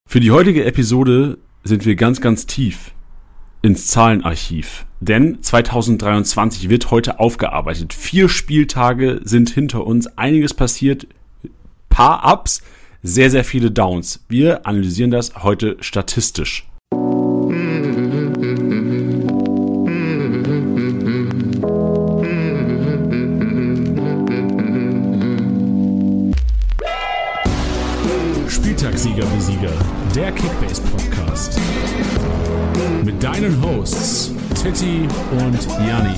Für die heutige Episode sind wir ganz, ganz tief ins Zahlenarchiv. Denn 2023 wird heute aufgearbeitet. 4 Spieltage sind hinter uns. Einiges passiert. Paar Ups, sehr, sehr viele Downs. Wir analysieren das heute statistisch. Spieltagssieger-Besieger, der Kickbase-Podcast. Mit deinen Hosts Titti und Janni.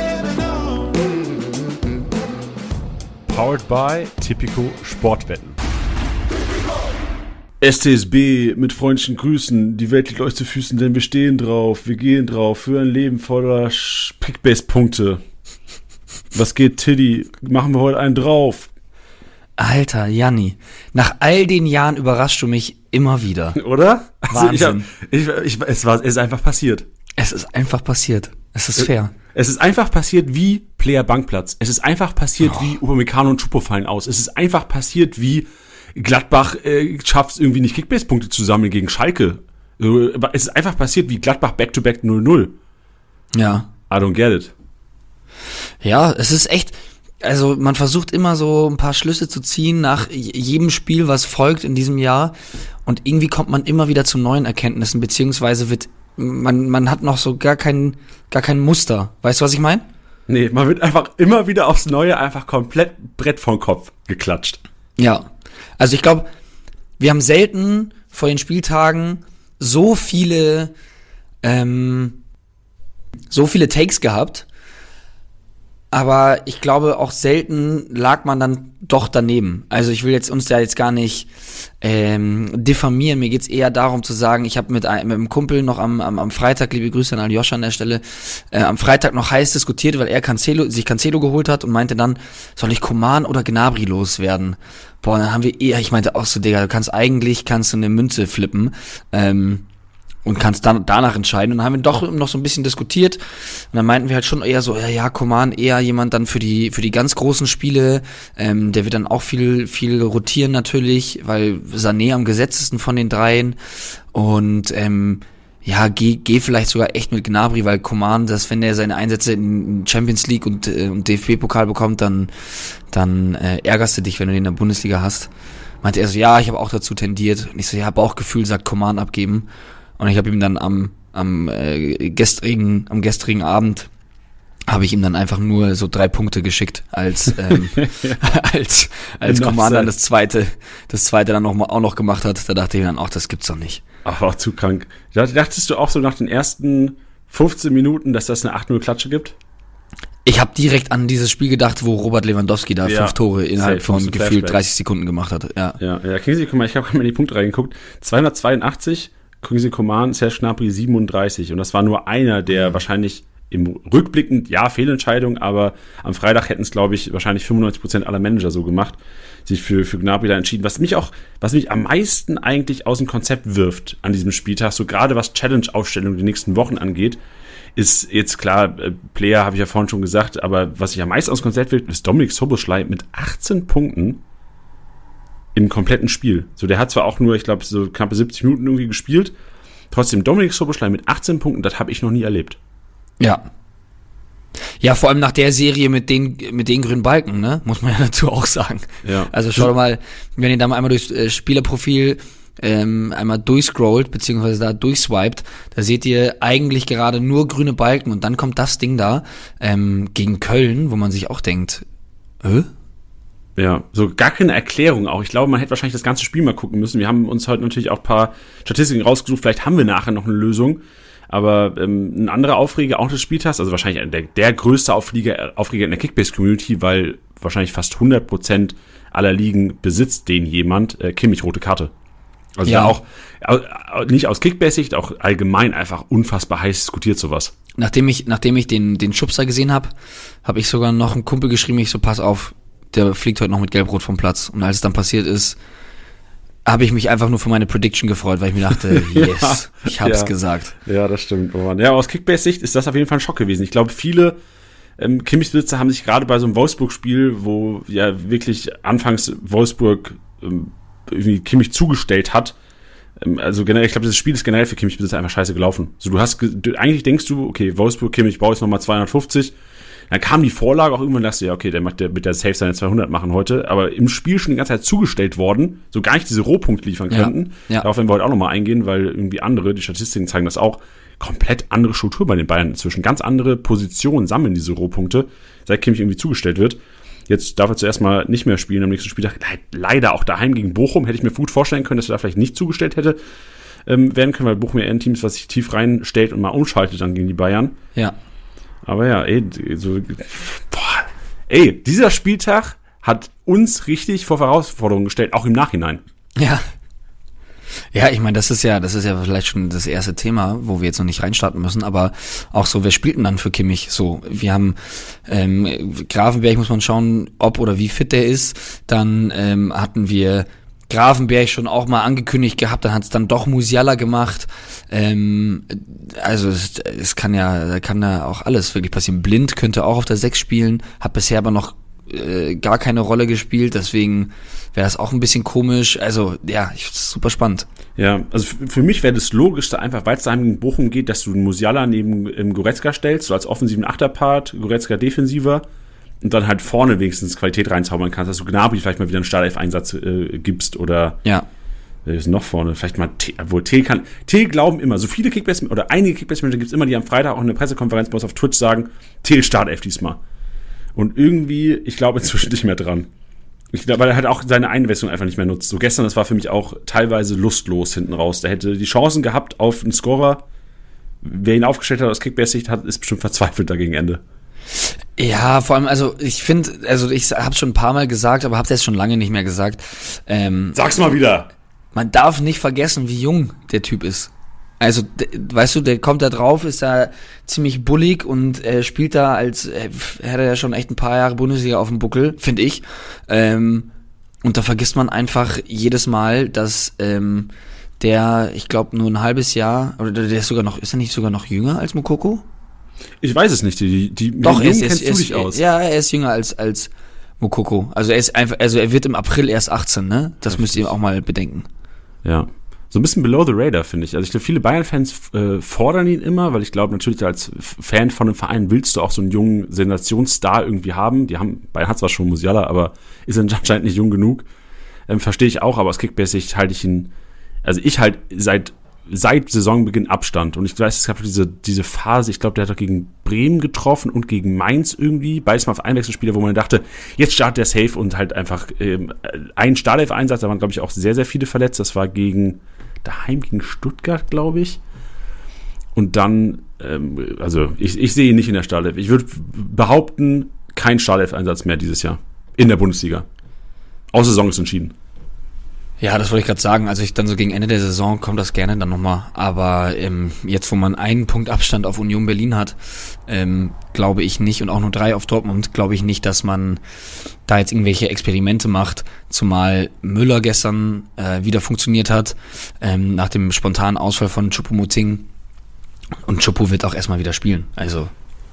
Powered by Tipico Sportwetten. STSB mit freundlichen Grüßen. Die Welt liegt euch zu Füßen, denn wir stehen drauf. Wir gehen drauf für ein Leben voller Kickbase-Punkte. Was geht, Titti? Machen wir heute einen drauf? Alter, Janni, nach all den Jahren überraschst du mich immer wieder. Oder? Wahnsinn. Es ist einfach passiert. Es ist einfach passiert. Es ist fair. Es ist einfach passiert wie Player Bankplatz. Es ist einfach passiert wie Upamecano und Choupo fallen aus. Es ist einfach passiert wie Gladbach schafft es irgendwie nicht Kickbase-Punkte zu sammeln gegen Schalke. Es ist einfach passiert wie Gladbach Back-to-Back 0-0. Ja. I don't get it. Ja, es ist echt... Also man versucht immer so ein paar Schlüsse zu ziehen nach jedem Spiel, was folgt in diesem Jahr, und irgendwie kommt man immer wieder zu neuen Erkenntnissen, beziehungsweise wird man hat noch so gar kein Muster. Weißt du, was ich meine? Nee, man wird einfach immer wieder aufs Neue einfach komplett Brett vom Kopf geklatscht. Ja, also ich glaube, wir haben selten vor den Spieltagen so viele Takes gehabt. Aber ich glaube, auch selten lag man dann doch daneben. Also ich will uns da jetzt gar nicht diffamieren. Mir geht's eher darum zu sagen, ich habe mit einem Kumpel noch am Freitag, liebe Grüße an Aljoscha an der Stelle, am Freitag noch heiß diskutiert, weil er sich Cancelo geholt hat und meinte dann, soll ich Coman oder Gnabry loswerden? Boah, dann haben wir ich meinte auch so, Digga, kannst du eine Münze flippen, und kannst dann danach entscheiden. Und dann haben wir doch noch so ein bisschen diskutiert. Und dann meinten wir halt schon eher so, ja, Coman eher jemand dann für die ganz großen Spiele. Der wird dann auch viel rotieren natürlich, weil Sané am gesetztesten von den dreien. Und geh vielleicht sogar echt mit Gnabry, weil Coman, wenn der seine Einsätze in Champions League und DFB-Pokal bekommt, dann ärgerst du dich, wenn du den in der Bundesliga hast. Meinte er so, ja, ich habe auch dazu tendiert. Und ich so, ja, Bauchgefühl sagt Coman abgeben. Und ich habe ihm dann am gestrigen Abend habe ich ihm dann einfach nur so 3 Punkte geschickt als Coman dann das zweite dann auch noch gemacht hat. Da dachte ich dann auch, das gibt's doch nicht. Ach, war zu krank. Dachtest du auch so nach den ersten 15 Minuten, dass das eine 8-0-Klatsche gibt? Ich habe direkt an dieses Spiel gedacht, wo Robert Lewandowski da 5 Tore innerhalb von gefühlt 30 Sekunden gemacht hat. Ja. Kingsley Coman, ich habe gerade mal in die Punkte reingeguckt. 282, Kingsley Coman, Serge Gnabry 37. Und das war nur einer, der wahrscheinlich im Rückblickend, ja, Fehlentscheidung, aber am Freitag hätten es, glaube ich, wahrscheinlich 95% aller Manager so gemacht, sich für Gnabry da entschieden. Was mich am meisten eigentlich aus dem Konzept wirft an diesem Spieltag, so gerade was Challenge-Aufstellung die nächsten Wochen angeht, ist jetzt klar, Player habe ich ja vorhin schon gesagt, aber was sich am meisten aus dem Konzept wirft, ist Dominik Szoboszlai mit 18 Punkten im kompletten Spiel. So, der hat zwar auch nur, ich glaube, so knappe 70 Minuten irgendwie gespielt, trotzdem Dominik Szoboszlai mit 18 Punkten, das habe ich noch nie erlebt. Ja. Ja, vor allem nach der Serie mit den grünen Balken, ne? Muss man ja dazu auch sagen. Ja. Also schau doch mal, wenn ihr da mal einmal durchs Spielerprofil einmal durchscrollt, beziehungsweise da durchswiped, da seht ihr eigentlich gerade nur grüne Balken und dann kommt das Ding da gegen Köln, wo man sich auch denkt, Ja, so gar keine Erklärung auch. Ich glaube, man hätte wahrscheinlich das ganze Spiel mal gucken müssen. Wir haben uns heute natürlich auch ein paar Statistiken rausgesucht. Vielleicht haben wir nachher noch eine Lösung. Aber ein anderer Aufreger auch des Spieltags, also wahrscheinlich der größte Aufreger in der Kickbase-Community, weil wahrscheinlich fast 100% aller Ligen besitzt den jemand, Kimmich rote Karte. Also ja, auch nicht aus Kickbase-Sicht, auch allgemein einfach unfassbar heiß diskutiert sowas. Nachdem ich den Schubser gesehen habe, habe ich sogar noch einen Kumpel geschrieben, ich so, pass auf, der fliegt heute noch mit Gelb-Rot vom Platz. Und als es dann passiert ist, habe ich mich einfach nur für meine Prediction gefreut, weil ich mir dachte, yes, ich hab's gesagt. Ja, das stimmt. Oh Mann. Ja, aus Kickbase-Sicht ist das auf jeden Fall ein Schock gewesen. Ich glaube, viele Kimmich-Besitzer haben sich gerade bei so einem Wolfsburg-Spiel, wo ja wirklich anfangs Wolfsburg irgendwie Kimmich zugestellt hat, Also generell, ich glaube, das Spiel ist generell für Kimmich einfach scheiße gelaufen. So, eigentlich denkst du, okay, Wolfsburg, Kimmich, brauche ich nochmal 250. Dann kam die Vorlage auch irgendwann, dachte du, ja, okay, der wird der Safe seine 200 machen heute, aber im Spiel schon die ganze Zeit zugestellt worden, so gar nicht diese Rohpunkte liefern könnten. Ja. Darauf werden wir heute auch nochmal eingehen, weil irgendwie die Statistiken zeigen das auch, komplett andere Struktur bei den Bayern inzwischen, ganz andere Positionen sammeln diese Rohpunkte, seit Kimmich irgendwie zugestellt wird. Jetzt darf er zuerst mal nicht mehr spielen am nächsten Spieltag. Leider auch daheim gegen Bochum. Hätte ich mir gut vorstellen können, dass er da vielleicht nicht zugestellt hätte werden können, weil Bochum ja eher ein Team ist, was sich tief reinstellt und mal umschaltet dann gegen die Bayern. Ja. Aber ja, dieser Spieltag hat uns richtig vor Herausforderungen gestellt, auch im Nachhinein. Ja. Ja, ich meine, das ist ja vielleicht schon das erste Thema, wo wir jetzt noch nicht reinstarten müssen, aber auch so, wer spielt denn dann für Kimmich? So, wir haben Grafenberg, muss man schauen, ob oder wie fit der ist. Dann hatten wir Grafenberg schon auch mal angekündigt gehabt, dann hat es dann doch Musiala gemacht. Also es kann ja auch alles wirklich passieren. Blind könnte auch auf der 6 spielen, hat bisher aber noch gar keine Rolle gespielt, deswegen wäre das auch ein bisschen komisch. Also ja, super spannend. Ja, also für mich wäre das Logischste einfach, weil es daheim gegen Bochum geht, dass du einen Musiala neben Goretzka stellst, so als offensiven Achterpart, Goretzka defensiver und dann halt vorne wenigstens Qualität reinzaubern kannst, dass du Gnabry vielleicht mal wieder einen Startelf-Einsatz gibst oder ja. Wer ist noch vorne? Vielleicht mal T glauben immer, so viele Kickbase oder einige Kickbase-Manager gibt es immer, die am Freitag auch in der Pressekonferenz bei uns auf Twitch sagen, T Startelf diesmal. Und irgendwie, ich glaube inzwischen nicht mehr dran. Ich glaube, weil er halt auch seine Einwechslung einfach nicht mehr nutzt. So gestern, das war für mich auch teilweise lustlos hinten raus. Der hätte die Chancen gehabt auf einen Scorer. Wer ihn aufgestellt hat aus Kickbase-Sicht, ist bestimmt verzweifelt da gegen Ende. Ja, vor allem, also ich finde, also ich hab's schon ein paar Mal gesagt, aber hab's jetzt schon lange nicht mehr gesagt. Sag's mal wieder. Man darf nicht vergessen, wie jung der Typ ist. Also, weißt du, der kommt da drauf, ist da ziemlich bullig und spielt da als, hätte er ja schon echt ein paar Jahre Bundesliga auf dem Buckel, finde ich. Und da vergisst man einfach jedes Mal, dass der, ich glaube, nur ein halbes Jahr, oder der ist er nicht sogar noch jünger als Moukoko? Ich weiß es nicht, Doch, kennst du dich aus. Ja, er ist jünger als Moukoko. Also er wird im April erst 18, ne? Das müsst ihr auch mal bedenken. Ja. So ein bisschen below the radar, finde ich. Also ich glaube, viele Bayern-Fans fordern ihn immer, weil ich glaube, natürlich als Fan von einem Verein willst du auch so einen jungen Sensationsstar irgendwie haben. Bayern hat zwar schon Musiala, aber ist anscheinend nicht jung genug. Verstehe ich auch, aber aus Kickbase-Sicht halte ich ihn, also ich halt seit Saisonbeginn Abstand. Und ich weiß, es gab diese Phase, ich glaube, der hat doch gegen Bremen getroffen und gegen Mainz irgendwie, beides mal auf Einwechselspieler, wo man dachte, jetzt startet der safe und halt einfach ein Startelf-Einsatz, da waren, glaube ich, auch sehr, sehr viele verletzt. Das war daheim gegen Stuttgart, glaube ich. Und dann, also ich sehe ihn nicht in der Startelf. Ich würde behaupten, kein Startelf-Einsatz mehr dieses Jahr in der Bundesliga. Außer Saison ist entschieden. Ja, das wollte ich gerade sagen. Also dann so gegen Ende der Saison kommt das gerne dann nochmal. Aber jetzt, wo man einen Punkt Abstand auf Union Berlin hat, glaube ich nicht, und auch nur 3 auf Dortmund, glaube ich nicht, dass man da jetzt irgendwelche Experimente macht. Zumal Müller gestern wieder funktioniert hat, nach dem spontanen Ausfall von Choupo-Moting. Und Choupo wird auch erstmal wieder spielen. Also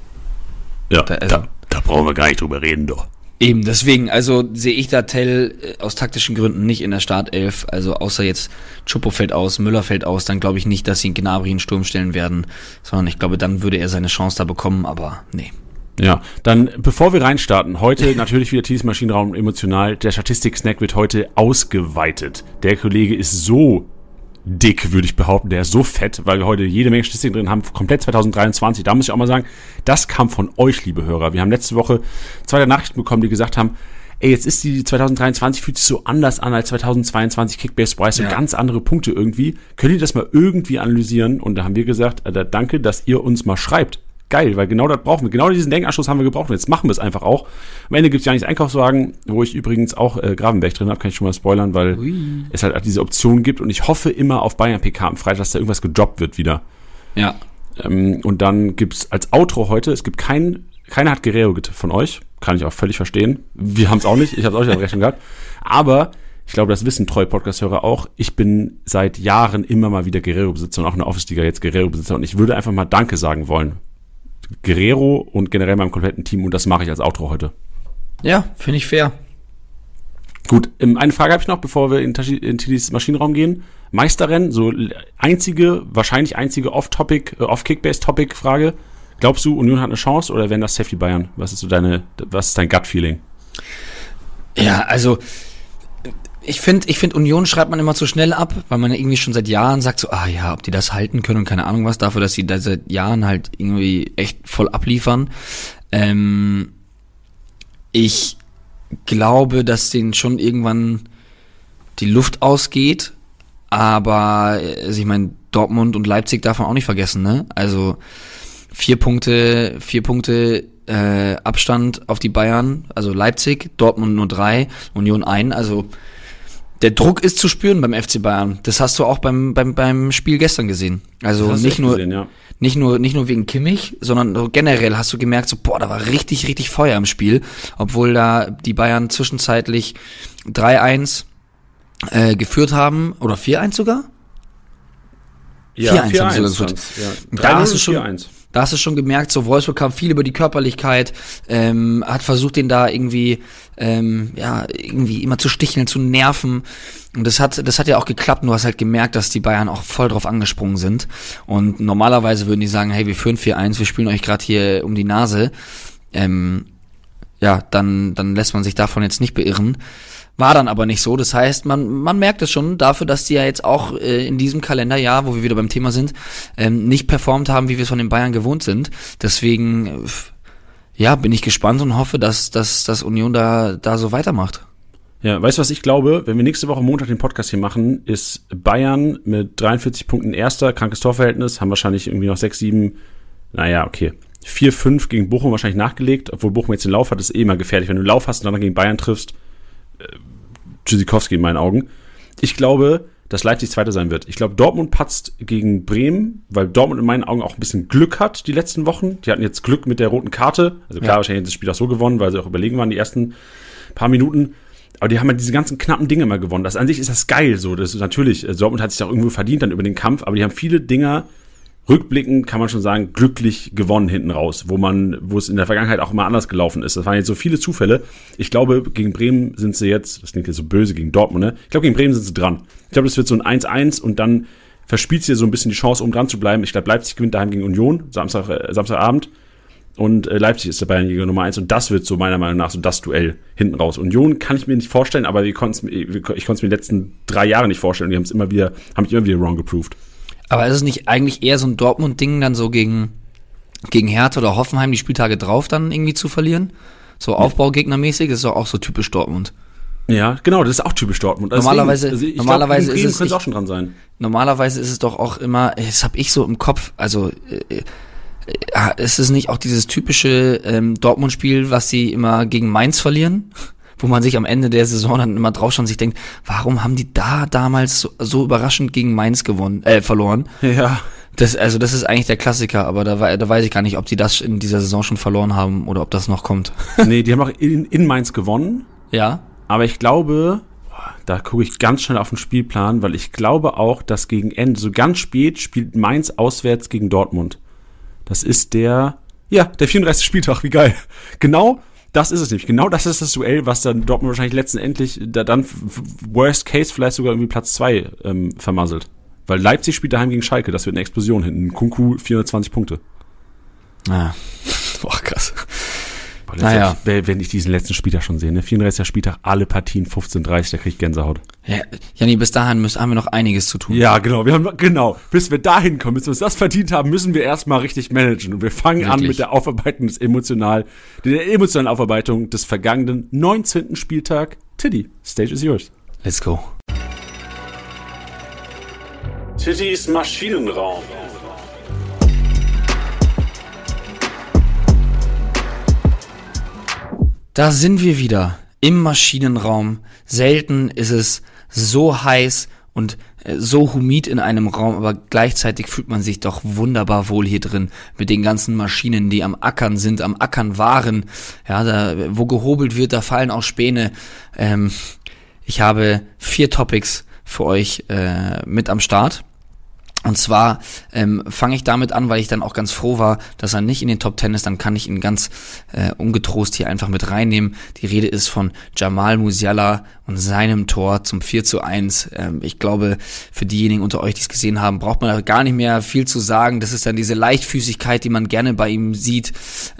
ja, da brauchen wir gar nicht drüber reden, doch. Eben, deswegen, also sehe ich da Tell aus taktischen Gründen nicht in der Startelf, also außer jetzt Choupo fällt aus, Müller fällt aus, dann glaube ich nicht, dass sie ihn Gnabry in Sturm stellen werden, sondern ich glaube, dann würde er seine Chance da bekommen, aber nee. Ja, dann bevor wir reinstarten, heute natürlich wieder Thies Maschinenraum emotional, der Statistik-Snack wird heute ausgeweitet. Der Kollege ist so dick, würde ich behaupten, der ist so fett, weil wir heute jede Menge Statistiken drin haben, komplett 2023. Da muss ich auch mal sagen, das kam von euch, liebe Hörer. Wir haben letzte Woche 2 Nachrichten bekommen, die gesagt haben, ey, jetzt ist die 2023, fühlt sich so anders an als 2022 Kickbase-Preis, so ganz andere Punkte irgendwie. Könnt ihr das mal irgendwie analysieren? Und da haben wir gesagt, danke, dass ihr uns mal schreibt. Geil, weil genau das brauchen wir. Genau diesen Denkanschluss haben wir gebraucht und jetzt machen wir es einfach auch. Am Ende gibt es ja nicht Einkaufswagen, wo ich übrigens auch Gravenberg drin habe, kann ich schon mal spoilern, weil es halt diese Option gibt und ich hoffe immer auf Bayern PK am Freitag, dass da irgendwas gedroppt wird wieder. Ja. Und dann gibt's als Outro heute, es gibt keiner hat Guerrero von euch, kann ich auch völlig verstehen. Wir haben es auch nicht, ich habe es auch nicht an Rechnung gehabt. Aber ich glaube, das wissen treue Podcast-Hörer auch. Ich bin seit Jahren immer mal wieder Guerrero-Besitzer und auch in der Office-Liga jetzt Guerrero-Besitzer und ich würde einfach mal Danke sagen wollen. Guerrero und generell meinem kompletten Team und das mache ich als Outro heute. Ja, finde ich fair. Gut, eine Frage habe ich noch, bevor wir in Tiddys Maschinenraum gehen. Meisterrennen, so wahrscheinlich einzige Off-Kickbase-Topic-Frage. Glaubst du, Union hat eine Chance oder werden das safe die Bayern? Was ist dein Gut-Feeling? Ja, also ich finde, Union schreibt man immer zu schnell ab, weil man irgendwie schon seit Jahren sagt so, ob die das halten können und keine Ahnung was, dafür, dass sie da seit Jahren halt irgendwie echt voll abliefern. Ich glaube, dass denen schon irgendwann die Luft ausgeht, aber also ich meine, Dortmund und Leipzig darf man auch nicht vergessen, ne? Also 4 Punkte Abstand auf die Bayern, also Leipzig, Dortmund nur 3, Union 1, also der Druck ist zu spüren beim FC Bayern. Das hast du auch beim Spiel gestern gesehen. Also nicht nur wegen Kimmich, sondern generell hast du gemerkt, so da war richtig, richtig Feuer im Spiel, obwohl da die Bayern zwischenzeitlich 3-1 geführt haben, oder 4-1 sogar? Ja, 4-1 haben sie sogar geführt. Ja. Da hast du schon gemerkt, so Wolfsburg kam viel über die Körperlichkeit, hat versucht, den da irgendwie immer zu sticheln, zu nerven. Und das hat ja auch geklappt, du hast halt gemerkt, dass die Bayern auch voll drauf angesprungen sind. Und normalerweise würden die sagen, hey, wir führen 4-1, wir spielen euch gerade hier um die Nase. Dann lässt man sich davon jetzt nicht beirren. War dann aber nicht so. Das heißt, man merkt es schon dafür, dass die ja jetzt auch in diesem Kalenderjahr, wo wir wieder beim Thema sind, nicht performt haben, wie wir es von den Bayern gewohnt sind. Deswegen, bin ich gespannt und hoffe, dass Union da so weitermacht. Ja, weißt du, was ich glaube? Wenn wir nächste Woche Montag den Podcast hier machen, ist Bayern mit 43 Punkten erster, krankes Torverhältnis, haben wahrscheinlich irgendwie noch 6, 7, 4, 5 gegen Bochum wahrscheinlich nachgelegt, obwohl Bochum jetzt den Lauf hat, ist immer gefährlich. Wenn du einen Lauf hast und dann gegen Bayern triffst, Tschüssikowski in meinen Augen. Ich glaube, dass Leipzig Zweiter sein wird. Ich glaube, Dortmund patzt gegen Bremen, weil Dortmund in meinen Augen auch ein bisschen Glück hat die letzten Wochen. Die hatten jetzt Glück mit der roten Karte. Also klar, wahrscheinlich hat das Spiel auch so gewonnen, weil sie auch überlegen waren die ersten paar Minuten. Aber die haben halt diese ganzen knappen Dinge mal gewonnen. An sich ist das geil so. Das ist natürlich, Dortmund hat sich auch irgendwo verdient dann über den Kampf, aber die haben viele Dinger, rückblickend kann man schon sagen, glücklich gewonnen hinten raus, wo es in der Vergangenheit auch immer anders gelaufen ist. Das waren jetzt so viele Zufälle. Ich glaube, gegen Bremen sind sie jetzt, das klingt jetzt so böse gegen Dortmund, ne? Ich glaube, gegen Bremen sind sie dran. Ich glaube, das wird so ein 1-1 und dann verspielt sie so ein bisschen die Chance, um dran zu bleiben. Ich glaube, Leipzig gewinnt daheim gegen Union, Samstagabend. Und Leipzig ist der Bayernjäger Nummer 1 und das wird so meiner Meinung nach so das Duell hinten raus. Union kann ich mir nicht vorstellen, aber ich konnte es mir die letzten 3 Jahre nicht vorstellen und die haben mich immer wieder wrong geproved. Aber ist es nicht eigentlich eher so ein Dortmund-Ding, dann so gegen Hertha oder Hoffenheim die Spieltage drauf dann irgendwie zu verlieren? So Aufbaugegnermäßig, das ist doch auch so typisch Dortmund. Ja, genau, das ist auch typisch Dortmund. Normalerweise ist es könnte auch schon dran sein. Normalerweise ist es doch auch immer, das habe ich so im Kopf, also ist es nicht auch dieses typische Dortmund-Spiel, was sie immer gegen Mainz verlieren? Wo man sich am Ende der Saison dann immer drauf schaut und sich denkt, warum haben die da damals so überraschend gegen Mainz verloren? Ja. Das ist eigentlich der Klassiker, aber da weiß ich gar nicht, ob die das in dieser Saison schon verloren haben oder ob das noch kommt. Nee, die haben auch in Mainz gewonnen. Ja. Aber ich glaube, da gucke ich ganz schnell auf den Spielplan, weil ich glaube auch, dass gegen Ende, so ganz spät, spielt Mainz auswärts gegen Dortmund. Das ist der 34. Spieltag, wie geil. Genau. Das ist es nämlich. Genau das ist das Duell, was dann Dortmund wahrscheinlich letztendlich dann worst case vielleicht sogar irgendwie Platz 2 vermasselt. Weil Leipzig spielt daheim gegen Schalke. Das wird eine Explosion hinten. Kunku 420 Punkte. Ah. Boah, krass. Naja. Wenn ich diesen letzten Spieltag schon sehe, ne? 34. Spieltag, alle Partien 15:30, da krieg ich Gänsehaut. Ja, Janni, bis dahin haben wir noch einiges zu tun. Ja, genau. Bis wir dahin kommen, bis wir uns das verdient haben, müssen wir erstmal richtig managen. Und wir fangen an mit der Aufarbeitung der emotionalen Aufarbeitung des vergangenen 19. Spieltag. Tiddy, stage is yours. Let's go. Tiddys Maschinenraum. Da sind wir wieder im Maschinenraum. Selten ist es so heiß und so humid in einem Raum, aber gleichzeitig fühlt man sich doch wunderbar wohl hier drin mit den ganzen Maschinen, die am Ackern sind, am Ackern waren. Ja, wo gehobelt wird, da fallen auch Späne. Ich habe 4 Topics für euch mit am Start. Und zwar fange ich damit an, weil ich dann auch ganz froh war, dass er nicht in den Top 10 ist. Dann kann ich ihn ganz ungetrost hier einfach mit reinnehmen. Die Rede ist von Jamal Musiala und seinem Tor zum 4:1. Ich glaube, für diejenigen unter euch, die es gesehen haben, braucht man da gar nicht mehr viel zu sagen. Das ist dann diese Leichtfüßigkeit, die man gerne bei ihm sieht.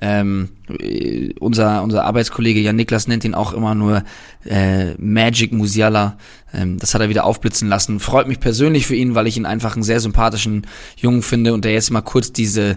Unser Arbeitskollege Jan Niklas nennt ihn auch immer nur Magic Musiala. Das hat er wieder aufblitzen lassen. Freut mich persönlich für ihn, weil ich ihn einfach einen sehr sympathischen Jungen finde und der jetzt mal kurz diese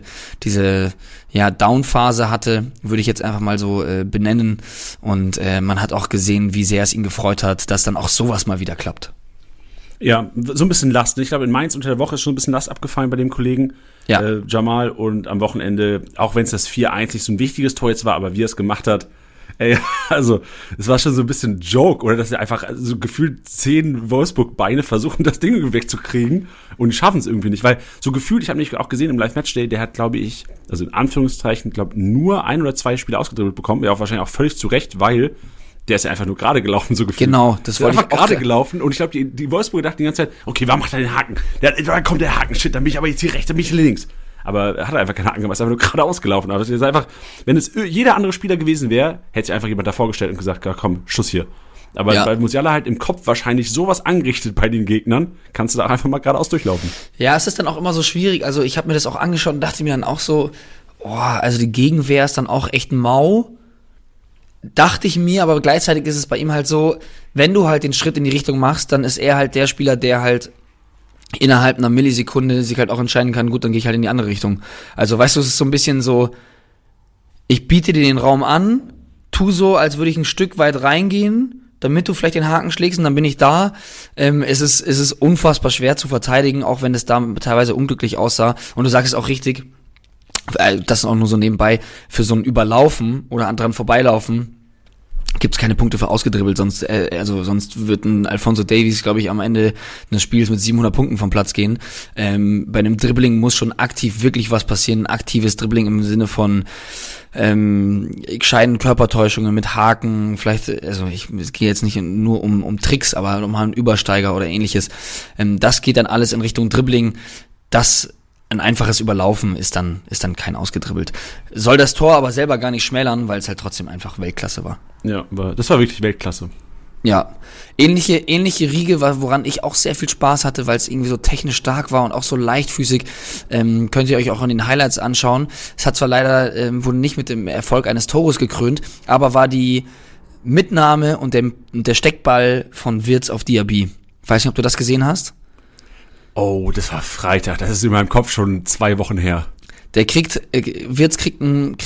Down-Phase hatte, würde ich jetzt einfach mal so benennen. Und man hat auch gesehen, wie sehr es ihn gefreut hat, dass dann auch sowas mal wieder klappt. Ja, so ein bisschen Last. Ich glaube, in Mainz unter der Woche ist schon ein bisschen Last abgefallen bei dem Kollegen Jamal. Und am Wochenende, auch wenn es das 4:1 nicht so ein wichtiges Tor jetzt war, aber wie er es gemacht hat, also es war schon so ein bisschen Joke, oder dass er einfach so gefühlt 10 Wolfsburg-Beine versuchen, das Ding wegzukriegen und die schaffen es irgendwie nicht, weil so gefühlt, ich habe nämlich auch gesehen im Live-Matchday, der hat, glaube ich, also in Anführungszeichen, nur 1 oder 2 Spiele ausgedribbelt bekommen, ja auch wahrscheinlich auch völlig zu Recht, weil der ist ja einfach nur gerade gelaufen, so gefühlt. Genau, das war einfach gerade gelaufen und ich glaube, die Wolfsburger dachten die ganze Zeit, okay, warum macht er den Haken? Da kommt der Haken, shit, dann bin ich aber jetzt hier rechts, dann bin ich links. Aber er hat einfach keinen Haken gemacht, ist einfach nur geradeaus gelaufen. Aber das ist einfach, wenn es jeder andere Spieler gewesen wäre, hätte sich einfach jemand davor gestellt und gesagt, ja, komm, Schuss hier. Aber weil Musiala halt im Kopf wahrscheinlich sowas angerichtet bei den Gegnern, kannst du da einfach mal geradeaus durchlaufen. Ja, es ist dann auch immer so schwierig. Also ich habe mir das auch angeschaut und dachte mir dann auch so, also die Gegenwehr ist dann auch echt mau. Dachte ich mir, aber gleichzeitig ist es bei ihm halt so, wenn du halt den Schritt in die Richtung machst, dann ist er halt der Spieler, der halt innerhalb einer Millisekunde sich halt auch entscheiden kann, gut, dann gehe ich halt in die andere Richtung. Also weißt du, es ist so ein bisschen so, ich biete dir den Raum an, tu so, als würde ich ein Stück weit reingehen, damit du vielleicht den Haken schlägst und dann bin ich da. Es ist unfassbar schwer zu verteidigen, auch wenn es da teilweise unglücklich aussah. Und du sagst es auch richtig, das ist auch nur so nebenbei, für so ein Überlaufen oder an dran vorbeilaufen gibt's keine Punkte für ausgedribbelt, sonst wird ein Alphonso Davies, glaube ich, am Ende des Spiels mit 700 Punkten vom Platz gehen. Bei einem Dribbling muss schon aktiv wirklich was passieren, aktives Dribbling im Sinne von gescheiten Körpertäuschungen mit Haken, vielleicht, also es geht jetzt nicht nur um Tricks, aber um einen Übersteiger oder ähnliches. Das geht dann alles in Richtung Dribbling. Das ein einfaches Überlaufen ist dann kein ausgedribbelt. Soll das Tor aber selber gar nicht schmälern, weil es halt trotzdem einfach Weltklasse war. Ja, das war wirklich Weltklasse. Ja, ähnliche Riege, woran ich auch sehr viel Spaß hatte, weil es irgendwie so technisch stark war und auch so leichtfüßig, könnt ihr euch auch an den Highlights anschauen. Es hat zwar leider, wurde nicht mit dem Erfolg eines Tores gekrönt, aber war die Mitnahme und der Steckball von Wirtz auf Diaby. Ich weiß nicht, ob du das gesehen hast? Oh, das war Freitag, das ist in meinem Kopf schon 2 Wochen her. Wirtz kriegt einen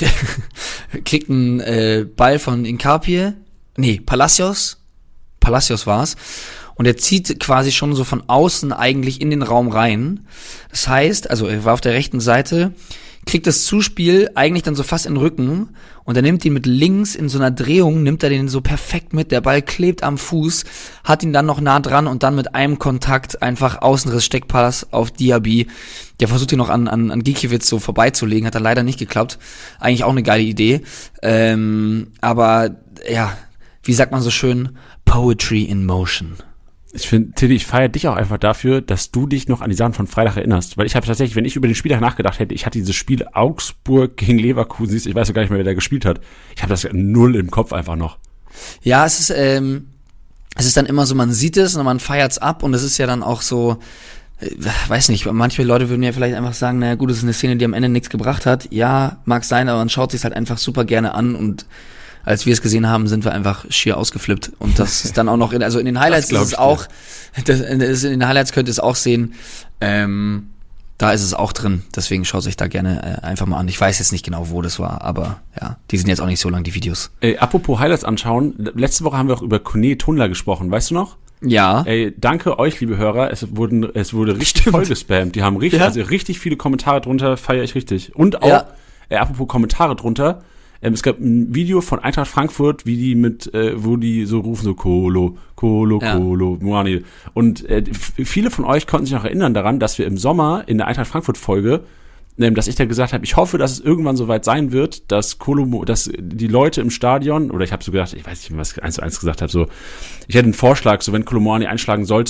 Ball von Incapie, Palacios war's, und er zieht quasi schon so von außen eigentlich in den Raum rein. Das heißt, also er war auf der rechten Seite, kriegt das Zuspiel eigentlich dann so fast in den Rücken und er nimmt ihn mit links in so einer Drehung, nimmt er den so perfekt mit, der Ball klebt am Fuß, hat ihn dann noch nah dran und dann mit einem Kontakt einfach Außenriss Steckpass auf Diaby. Der versucht ihn noch an Gikiewicz so vorbeizulegen, hat dann leider nicht geklappt. Eigentlich auch eine geile Idee. Aber ja, wie sagt man so schön? Poetry in motion. Ich finde, Tilly, ich feiere dich auch einfach dafür, dass du dich noch an die Sachen von Freitag erinnerst. Weil ich habe tatsächlich, wenn ich über den Spieltag nachgedacht hätte, ich hatte dieses Spiel Augsburg gegen Leverkusen, ich weiß ja gar nicht mehr, wer da gespielt hat. Ich habe das 0 im Kopf einfach noch. Ja, es ist dann immer so, man sieht es und man feiert's ab und es ist ja dann auch so, weiß nicht, manche Leute würden ja vielleicht einfach sagen, naja gut, das ist eine Szene, die am Ende nichts gebracht hat. Ja, mag sein, aber man schaut sich's halt einfach super gerne an und als wir es gesehen haben, sind wir einfach schier ausgeflippt. Und das ist dann auch noch, also in den Highlights ist es auch, in den Highlights könnt ihr es auch sehen, da ist es auch drin. Deswegen schaut euch da gerne einfach mal an. Ich weiß jetzt nicht genau, wo das war, aber ja, die sind jetzt auch nicht so lang, die Videos. Apropos Highlights anschauen, letzte Woche haben wir auch über Kone Tundler gesprochen, weißt du noch? Ja. Danke euch, liebe Hörer, es wurde richtig voll gespammt. Die haben richtig viele Kommentare drunter, feiere ich richtig. Und auch, apropos Kommentare drunter, es gab ein Video von Eintracht Frankfurt, wie die wo die so rufen, so Kolo, Moani. Und viele von euch konnten sich noch erinnern daran, dass wir im Sommer in der Eintracht Frankfurt Folge, dass ich da gesagt habe, ich hoffe, dass es irgendwann soweit sein wird, dass die Leute im Stadion, oder ich habe so gedacht, ich weiß nicht, was ich 1:1 gesagt habe, so, ich hätte einen Vorschlag, so wenn Kolo Moani einschlagen sollte,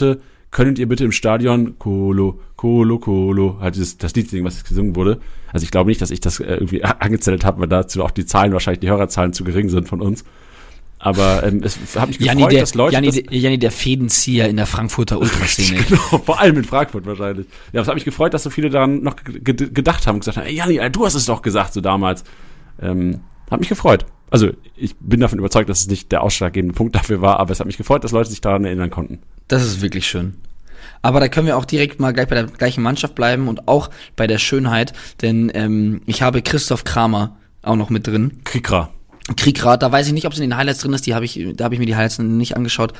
könntet ihr bitte im Stadion Colo, Colo, Colo, halt das Lied singen, was gesungen wurde. Also ich glaube nicht, dass ich das irgendwie angezettelt habe, weil dazu auch die Zahlen, wahrscheinlich die Hörerzahlen zu gering sind von uns. Aber es hat mich gefreut, dass Leute Janni, der Fädenzieher in der Frankfurter Ultraszene. Genau, vor allem in Frankfurt wahrscheinlich. Ja, es hat mich gefreut, dass so viele daran noch gedacht haben und gesagt haben, ey Janni, du hast es doch gesagt, so damals. Hat mich gefreut. Also ich bin davon überzeugt, dass es nicht der ausschlaggebende Punkt dafür war, aber es hat mich gefreut, dass Leute sich daran erinnern konnten. Das ist wirklich schön. Aber da können wir auch direkt mal gleich bei der gleichen Mannschaft bleiben und auch bei der Schönheit, denn ich habe Christoph Kramer auch noch mit drin. Kriegrat, da weiß ich nicht, ob es in den Highlights drin ist, da habe ich mir die Highlights nicht angeschaut.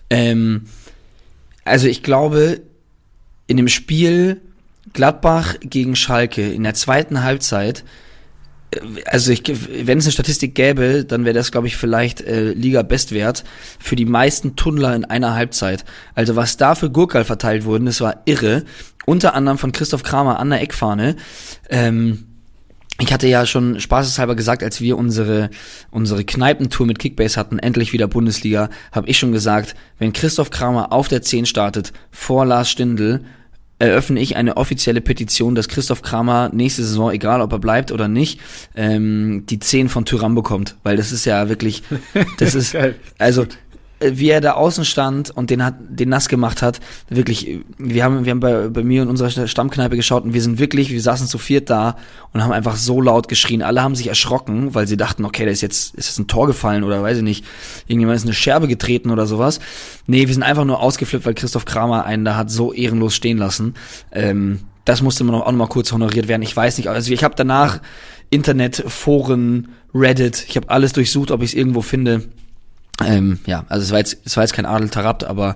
Also ich glaube, in dem Spiel Gladbach gegen Schalke in der zweiten Halbzeit, also wenn es eine Statistik gäbe, dann wäre das, glaube ich, vielleicht Liga-Bestwert für die meisten Tunnler in einer Halbzeit. Also was da für Gurkal verteilt wurden, das war irre. Unter anderem von Christoph Kramer an der Eckfahne. Ich hatte ja schon spaßeshalber gesagt, als wir unsere Kneipentour mit Kickbase hatten, endlich wieder Bundesliga, habe ich schon gesagt, wenn Christoph Kramer auf der 10 startet, vor Lars Stindl, eröffne ich eine offizielle Petition, dass Christoph Kramer nächste Saison, egal ob er bleibt oder nicht, die 10 von Thuram bekommt. Weil das ist ja wirklich, das ist, also wie er da außen stand und den nass gemacht hat, wirklich, wir haben bei mir in unserer Stammkneipe geschaut und wir saßen zu viert da und haben einfach so laut geschrien. Alle haben sich erschrocken, weil sie dachten, okay, ist jetzt ein Tor gefallen oder weiß ich nicht, irgendjemand ist eine Scherbe getreten oder sowas. Nee, wir sind einfach nur ausgeflippt, weil Christoph Kramer einen da hat so ehrenlos stehen lassen. Das musste auch noch mal kurz honoriert werden. Ich weiß nicht, also ich habe danach Internet, Foren, Reddit, ich habe alles durchsucht, ob ich es irgendwo finde. Ja, also es war jetzt kein Adel Tarabt, aber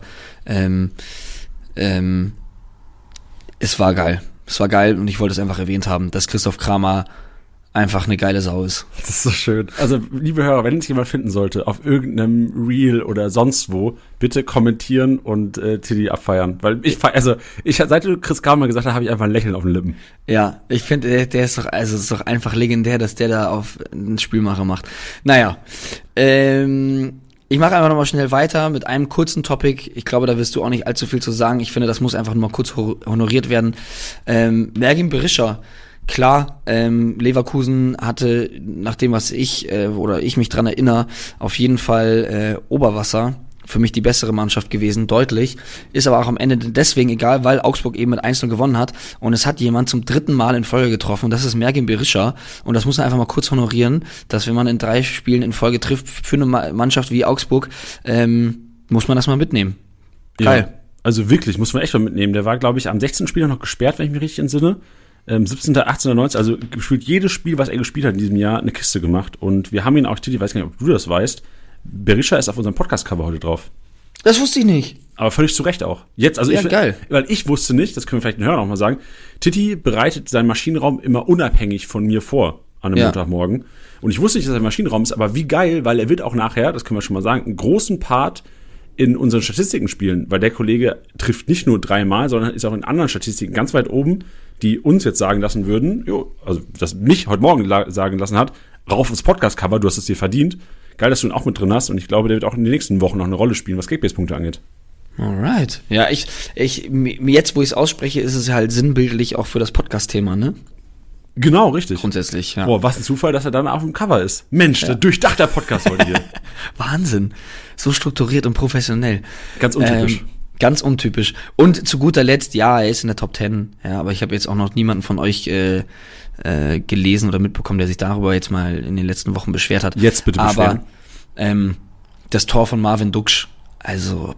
es war geil. Es war geil und ich wollte es einfach erwähnt haben, dass Christoph Kramer einfach eine geile Sau ist. Das ist so schön. Also, liebe Hörer, wenn es jemand finden sollte, auf irgendeinem Reel oder sonst wo, bitte kommentieren und Tilly abfeiern. Weil seit du Chris Kramer gesagt hast, habe ich einfach ein Lächeln auf den Lippen. Ja, ich finde, der ist doch einfach legendär, dass der da auf einen Spielmacher macht. Naja, ich mache einfach nochmal schnell weiter mit einem kurzen Topic. Ich glaube, da wirst du auch nicht allzu viel zu sagen. Ich finde, das muss einfach nur mal kurz honoriert werden. Mergin Berisha, klar, Leverkusen hatte, nach dem, was ich mich dran erinnere, auf jeden Fall Oberwasser. Für mich die bessere Mannschaft gewesen, deutlich. Ist aber auch am Ende deswegen egal, weil Augsburg eben mit 1-0 gewonnen hat. Und es hat jemand zum 3. Mal in Folge getroffen. Und das ist Mergin Berisha. Und das muss man einfach mal kurz honorieren, dass wenn man in 3 Spielen in Folge trifft, für eine Mannschaft wie Augsburg, muss man das mal mitnehmen. Geil. Ja, also wirklich, muss man echt mal mitnehmen. Der war, glaube ich, am 16. Spiel noch gesperrt, wenn ich mich richtig entsinne. 17., 18., 19., also gefühlt jedes Spiel, was er gespielt hat in diesem Jahr, eine Kiste gemacht. Und wir haben ihn auch, ich weiß gar nicht, ob du das weißt, Berisha ist auf unserem Podcast-Cover heute drauf. Das wusste ich nicht. Aber völlig zu Recht auch. Jetzt, also ja, geil. Weil ich wusste nicht, das können wir vielleicht den Hörern auch mal sagen, Titti bereitet seinen Maschinenraum immer unabhängig von mir vor an einem Montagmorgen. Und ich wusste nicht, dass er ein Maschinenraum ist, aber wie geil, weil er wird auch nachher, das können wir schon mal sagen, einen großen Part in unseren Statistiken spielen, weil der Kollege trifft nicht nur 3-mal, sondern ist auch in anderen Statistiken ganz weit oben, die uns jetzt sagen lassen würden, also das mich heute Morgen sagen lassen hat, rauf ins Podcast-Cover, du hast es dir verdient. Geil, dass du ihn auch mit drin hast und ich glaube, der wird auch in den nächsten Wochen noch eine Rolle spielen, was Kickbase-Punkte angeht. Alright. Ja, jetzt, wo ich es ausspreche, ist es halt sinnbildlich auch für das Podcast-Thema, ne? Genau, richtig. Grundsätzlich, ja. Boah, was ein Zufall, dass er dann auf dem Cover ist. Mensch, der durchdachter Podcast heute hier. Wahnsinn. So strukturiert und professionell. Ganz untypisch. Ganz untypisch. Und zu guter Letzt, ja, er ist in der Top 10. Ja, aber ich habe jetzt auch noch niemanden von euch gelesen oder mitbekommen, der sich darüber jetzt mal in den letzten Wochen beschwert hat. Jetzt bitte beschweren. Aber das Tor von Marvin Duksch, also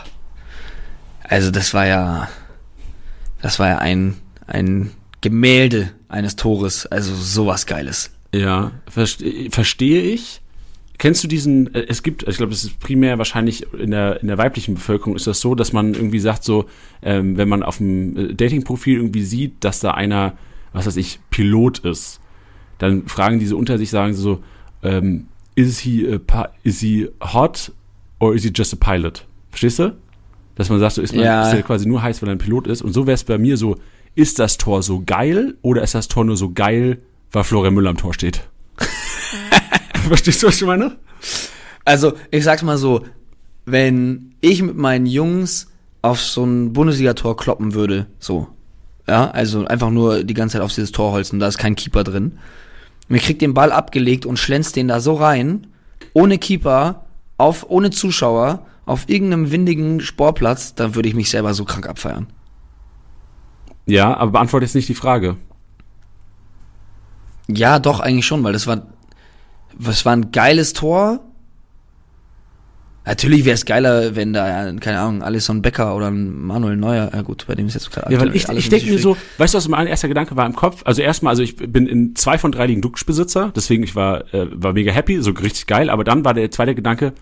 das war ja ein Gemälde eines Tores, also sowas Geiles. Ja, verstehe ich. Kennst du diesen, ich glaube, das ist primär wahrscheinlich in der weiblichen Bevölkerung ist das so, dass man irgendwie sagt so, wenn man auf dem Dating-Profil irgendwie sieht, dass da einer, was weiß ich, Pilot ist, dann fragen diese unter sich, sagen sie so, is he hot or is he just a pilot? Verstehst du? Dass man sagt, so ist der quasi nur heiß, weil er ein Pilot ist. Und so wäre es bei mir so, ist das Tor so geil oder ist das Tor nur so geil, weil Florian Müller am Tor steht? Verstehst du, was ich meine? Also, ich sag's mal so, wenn ich mit meinen Jungs auf so ein Bundesliga-Tor kloppen würde, so. Ja, also einfach nur die ganze Zeit auf dieses Tor holzen, da ist kein Keeper drin. Mir kriegt den Ball abgelegt und schlänzt den da so rein, ohne Keeper, ohne Zuschauer, auf irgendeinem windigen Sportplatz, dann würde ich mich selber so krank abfeiern. Ja, aber beantworte jetzt nicht die Frage. Ja, doch, eigentlich schon, weil das war ein geiles Tor. Natürlich wäre es geiler, wenn da, keine Ahnung, Alisson Becker oder ein Manuel Neuer, ja gut, bei dem ist jetzt gerade ja, weil ich denke mir so, weißt du, was mein erster Gedanke war im Kopf? Also erstmal, ich bin in 2 von 3 Ligen Duxch-Besitzer, deswegen ich war mega happy, so richtig geil, aber dann war der zweite Gedanke,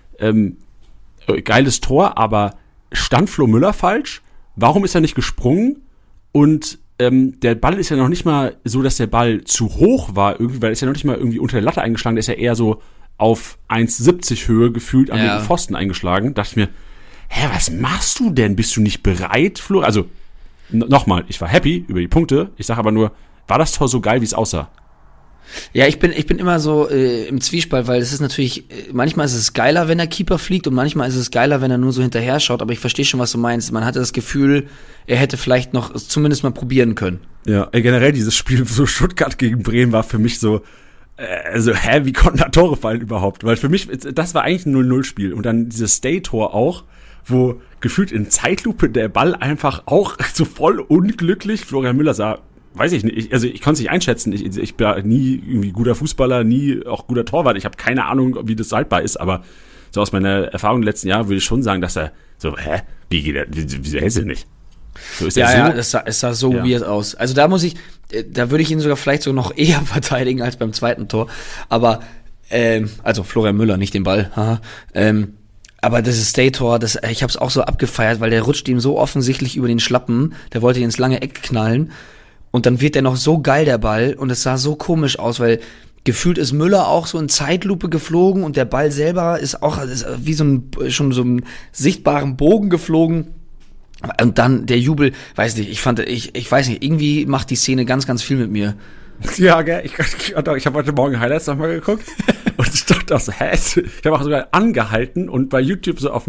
geiles Tor, aber stand Flo Müller falsch? Warum ist er nicht gesprungen? Und der Ball ist ja noch nicht mal so, dass der Ball zu hoch war irgendwie, weil er ist ja noch nicht mal irgendwie unter der Latte eingeschlagen, der ist ja eher so auf 1,70 Höhe gefühlt an den Pfosten eingeschlagen. Dachte ich mir, was machst du denn? Bist du nicht bereit, Flo? Also, nochmal, ich war happy über die Punkte. Ich sage aber nur, war das Tor so geil, wie es aussah? Ja, ich bin immer so im Zwiespalt, weil es ist natürlich, manchmal ist es geiler, wenn der Keeper fliegt und manchmal ist es geiler, wenn er nur so hinterher schaut, aber ich verstehe schon, was du meinst. Man hatte das Gefühl, er hätte vielleicht noch zumindest mal probieren können. Ja, generell dieses Spiel, so Stuttgart gegen Bremen war für mich so, wie konnten da Tore fallen überhaupt? Weil für mich, das war eigentlich ein 0-0-Spiel. Und dann dieses Stay-Tor auch, wo gefühlt in Zeitlupe der Ball einfach auch so voll unglücklich, Florian Müller sah, weiß ich nicht, ich konnte es nicht einschätzen. Ich bin nie irgendwie guter Fußballer, nie auch guter Torwart. Ich habe keine Ahnung, wie das haltbar ist, aber so aus meiner Erfahrung im letzten Jahr würde ich schon sagen, dass er so, wie geht er, wieso hält er nicht? So ist es sah so weird aus. Also da würde ich ihn sogar vielleicht so noch eher verteidigen als beim zweiten Tor. Aber, also Florian Müller, nicht den Ball. Haha. Aber das Stay-Tor, ich habe es auch so abgefeiert, weil der rutscht ihm so offensichtlich über den Schlappen. Der wollte ihn ins lange Eck knallen. Und dann wird der noch so geil, der Ball. Und es sah so komisch aus, weil gefühlt ist Müller auch so in Zeitlupe geflogen und der Ball selber ist wie schon so einen sichtbaren Bogen geflogen. Und dann der Jubel, weiß nicht, ich weiß nicht, irgendwie macht die Szene ganz, ganz viel mit mir. Ja, gell, ich habe heute Morgen Highlights nochmal geguckt und ich dachte auch so, ich habe auch sogar angehalten und bei YouTube so auf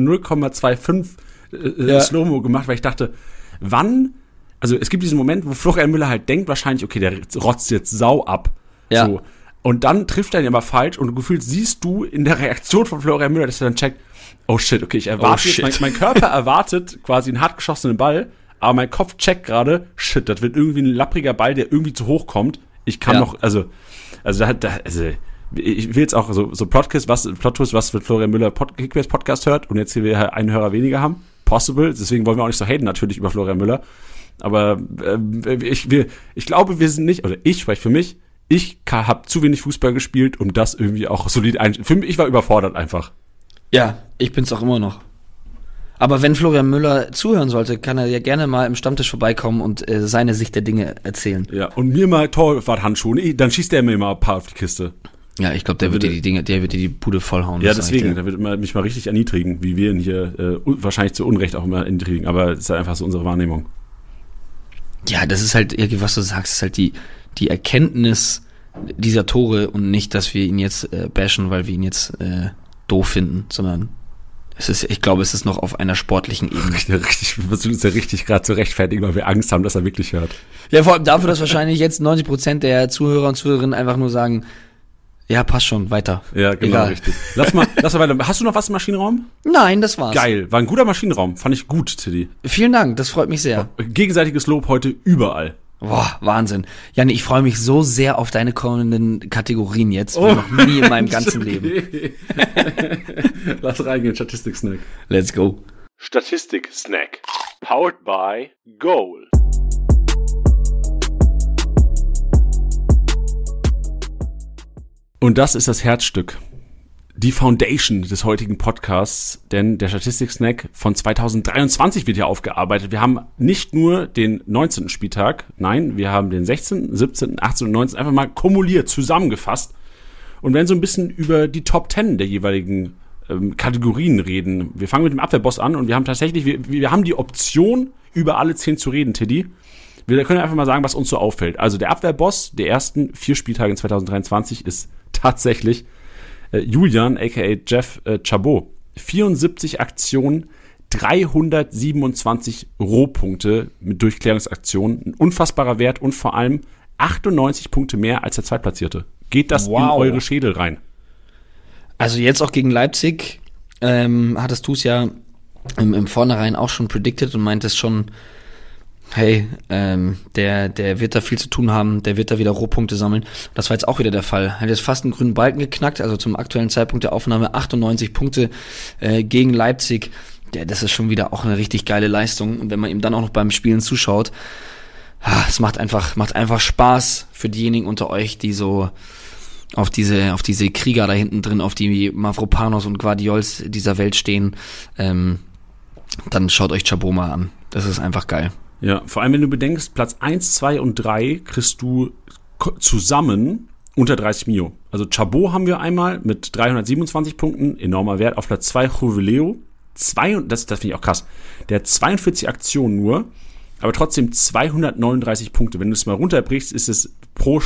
0,25 Slow-Mo gemacht, weil ich dachte, also es gibt diesen Moment, wo Florian Müller halt denkt wahrscheinlich, okay, der rotzt jetzt sau ab. Ja. So. Und dann trifft er ihn aber falsch und gefühlt siehst du in der Reaktion von Florian Müller, dass er dann checkt, oh shit, okay, ich erwarte jetzt, mein Körper erwartet quasi einen hart geschossenen Ball, aber mein Kopf checkt gerade, shit, das wird irgendwie ein lappriger Ball, der irgendwie zu hoch kommt. Ich kann noch, ich will jetzt auch so Plot-Twist, was mit Florian Müller Kickbase-Podcast hört und jetzt hier wir einen Hörer weniger haben. Possible, deswegen wollen wir auch nicht so haten natürlich über Florian Müller. Aber ich glaube, wir sind nicht, oder ich spreche für mich, ich habe zu wenig Fußball gespielt, um das irgendwie auch solid ich war überfordert einfach. Ja, ich bin's auch immer noch. Aber wenn Florian Müller zuhören sollte, kann er ja gerne mal im Stammtisch vorbeikommen und seine Sicht der Dinge erzählen. Ja, und mir mal Torwarthandschuhe, dann schießt der mir mal ein paar auf die Kiste. Ja, ich glaube, der wird dir die Bude vollhauen. Ja, deswegen, der wird mich mal richtig erniedrigen, wie wir ihn hier wahrscheinlich zu Unrecht auch immer erniedrigen, aber das ist halt einfach so unsere Wahrnehmung. Ja, das ist halt, was du sagst, ist halt die Erkenntnis dieser Tore und nicht, dass wir ihn jetzt bashen, weil wir ihn jetzt doof finden, sondern ich glaube, es ist noch auf einer sportlichen Ebene. Richtig, wir versuchen uns ja richtig gerade zu rechtfertigen, weil wir Angst haben, dass er wirklich hört. Ja, vor allem dafür, dass wahrscheinlich jetzt 90% der Zuhörer und Zuhörerinnen einfach nur sagen, ja, passt schon, weiter. Ja, genau, egal. Richtig. Lass mal weiter. Hast du noch was im Maschinenraum? Nein, das war's. Geil, war ein guter Maschinenraum, fand ich gut, Tiddy. Vielen Dank, das freut mich sehr. Gegenseitiges Lob heute überall. Boah, Wahnsinn. Janni, ich freue mich so sehr auf deine kommenden Kategorien jetzt, wie noch nie in meinem ganzen Leben. Lass reingehen, Statistik-Snack. Let's go. Statistik-Snack. Powered by Goal. Und das ist das Herzstück. Die Foundation des heutigen Podcasts, denn der Statistik-Snack von 2023 wird hier aufgearbeitet. Wir haben nicht nur den 19. Spieltag, nein, wir haben den 16., 17., 18. und 19. einfach mal kumuliert, zusammengefasst und werden so ein bisschen über die Top 10 der jeweiligen Kategorien reden. Wir fangen mit dem Abwehrboss an und wir haben tatsächlich, wir haben die Option, über alle 10 zu reden, Tiddy. Wir können einfach mal sagen, was uns so auffällt. Also der Abwehrboss der ersten 4 Spieltage in 2023 ist tatsächlich Julian, a.k.a. Jeff Chabot. 74 Aktionen, 327 Rohpunkte mit Durchklärungsaktionen. Ein unfassbarer Wert und vor allem 98 Punkte mehr als der Zweitplatzierte. Geht das in eure Schädel rein? Also jetzt auch gegen Leipzig hattest du es ja im Vornherein auch schon predicted und meintest schon, hey, der wird da viel zu tun haben, der wird da wieder Rohpunkte sammeln. Das war jetzt auch wieder der Fall. Er hat jetzt fast einen grünen Balken geknackt, also zum aktuellen Zeitpunkt der Aufnahme 98 Punkte gegen Leipzig. Ja, das ist schon wieder auch eine richtig geile Leistung. Und wenn man ihm dann auch noch beim Spielen zuschaut, es macht einfach Spaß für diejenigen unter euch, die so auf diese Krieger da hinten drin, auf die Mavropanos und Guardiols dieser Welt stehen. Dann schaut euch Chabot mal an. Das ist einfach geil. Ja, vor allem wenn du bedenkst, Platz 1, 2 und 3 kriegst du zusammen unter 30 Mio. Also Chabot haben wir einmal mit 327 Punkten, enormer Wert. Auf Platz 2 Joveleo, das finde ich auch krass. Der hat 42 Aktionen nur, aber trotzdem 239 Punkte. Wenn du es mal runterbrichst, ist es pro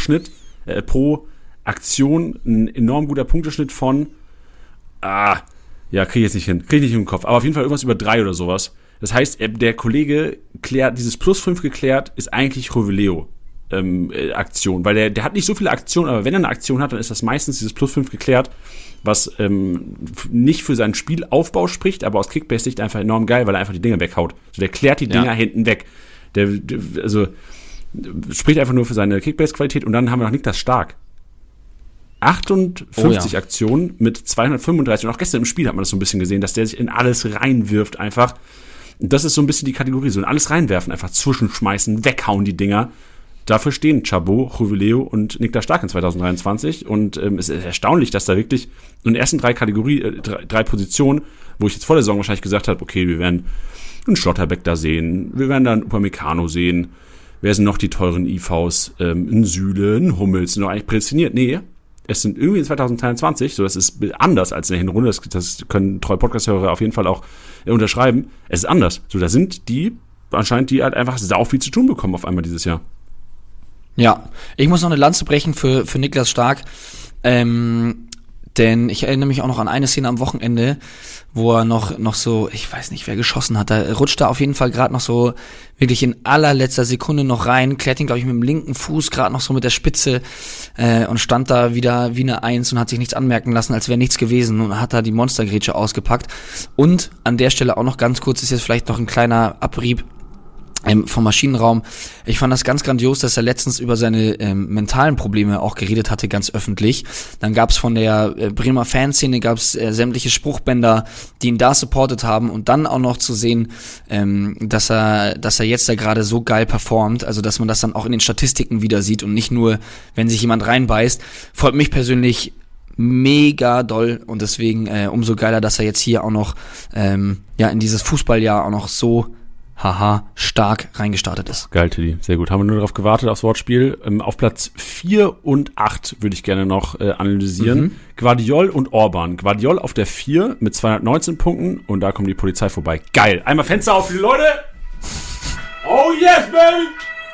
Aktion ein enorm guter Punkteschnitt von, kriege ich jetzt nicht hin. Kriege ich nicht im Kopf. Aber auf jeden Fall irgendwas über 3 oder sowas. Das heißt, der Kollege dieses plus 5 geklärt, ist eigentlich Joveleo Aktion. Weil der hat nicht so viele Aktionen, aber wenn er eine Aktion hat, dann ist das meistens dieses plus 5 geklärt, was nicht für seinen Spielaufbau spricht, aber aus Kickbase-Sicht einfach enorm geil, weil er einfach die Dinger weghaut. Also der klärt die Dinger hinten weg. Also spricht einfach nur für seine Kickbase-Qualität. Und dann haben wir noch Niklas Stark. 58 Aktionen mit 235. Und auch gestern im Spiel hat man das so ein bisschen gesehen, dass der sich in alles reinwirft einfach. Und das ist so ein bisschen die Kategorie. So in alles reinwerfen, einfach zwischenschmeißen, weghauen die Dinger. Dafür stehen Chabot, Joveleo und Niklas Stark in 2023. Und es ist erstaunlich, dass da wirklich in den ersten 3 Positionen, wo ich jetzt vor der Saison wahrscheinlich gesagt habe, okay, wir werden einen Schlotterbeck da sehen, wir werden da einen Upamecano sehen. Wer sind noch die teuren IVs? Ein Süle, ein Hummels, sind doch eigentlich prädestiniert. Nee, es sind irgendwie in 2023, so das ist anders als in der Hinrunde, das können treue Podcast-Hörer auf jeden Fall auch unterschreiben. Es ist anders. So, da sind die anscheinend, die halt einfach sau viel zu tun bekommen auf einmal dieses Jahr. Ja, ich muss noch eine Lanze brechen für Niklas Stark, denn ich erinnere mich auch noch an eine Szene am Wochenende, wo er noch so, ich weiß nicht, wer geschossen hat, da rutscht er auf jeden Fall gerade noch so wirklich in allerletzter Sekunde noch rein, klärt ihn, glaube ich, mit dem linken Fuß gerade noch so mit der Spitze und stand da wieder wie eine Eins und hat sich nichts anmerken lassen, als wäre nichts gewesen und hat da die Monstergrätsche ausgepackt. Und an der Stelle auch noch ganz kurz, ist jetzt vielleicht noch ein kleiner Abrieb vom Maschinenraum. Ich fand das ganz grandios, dass er letztens über seine mentalen Probleme auch geredet hatte, ganz öffentlich. Dann gab's von der Bremer Fanszene sämtliche Spruchbänder, die ihn da supportet haben und dann auch noch zu sehen, dass er jetzt da gerade so geil performt, also dass man das dann auch in den Statistiken wieder sieht und nicht nur, wenn sich jemand reinbeißt, freut mich persönlich mega doll und deswegen umso geiler, dass er jetzt hier auch noch in dieses Fußballjahr auch noch so stark reingestartet ist. Geil, Teddy. Sehr gut. Haben wir nur darauf gewartet, aufs Wortspiel. Auf Platz 4 und 8 würde ich gerne noch analysieren. Guardiol und Orban. Guardiol auf der 4 mit 219 Punkten und da kommt die Polizei vorbei. Geil. Einmal Fenster auf für die Leute. Oh yes, baby!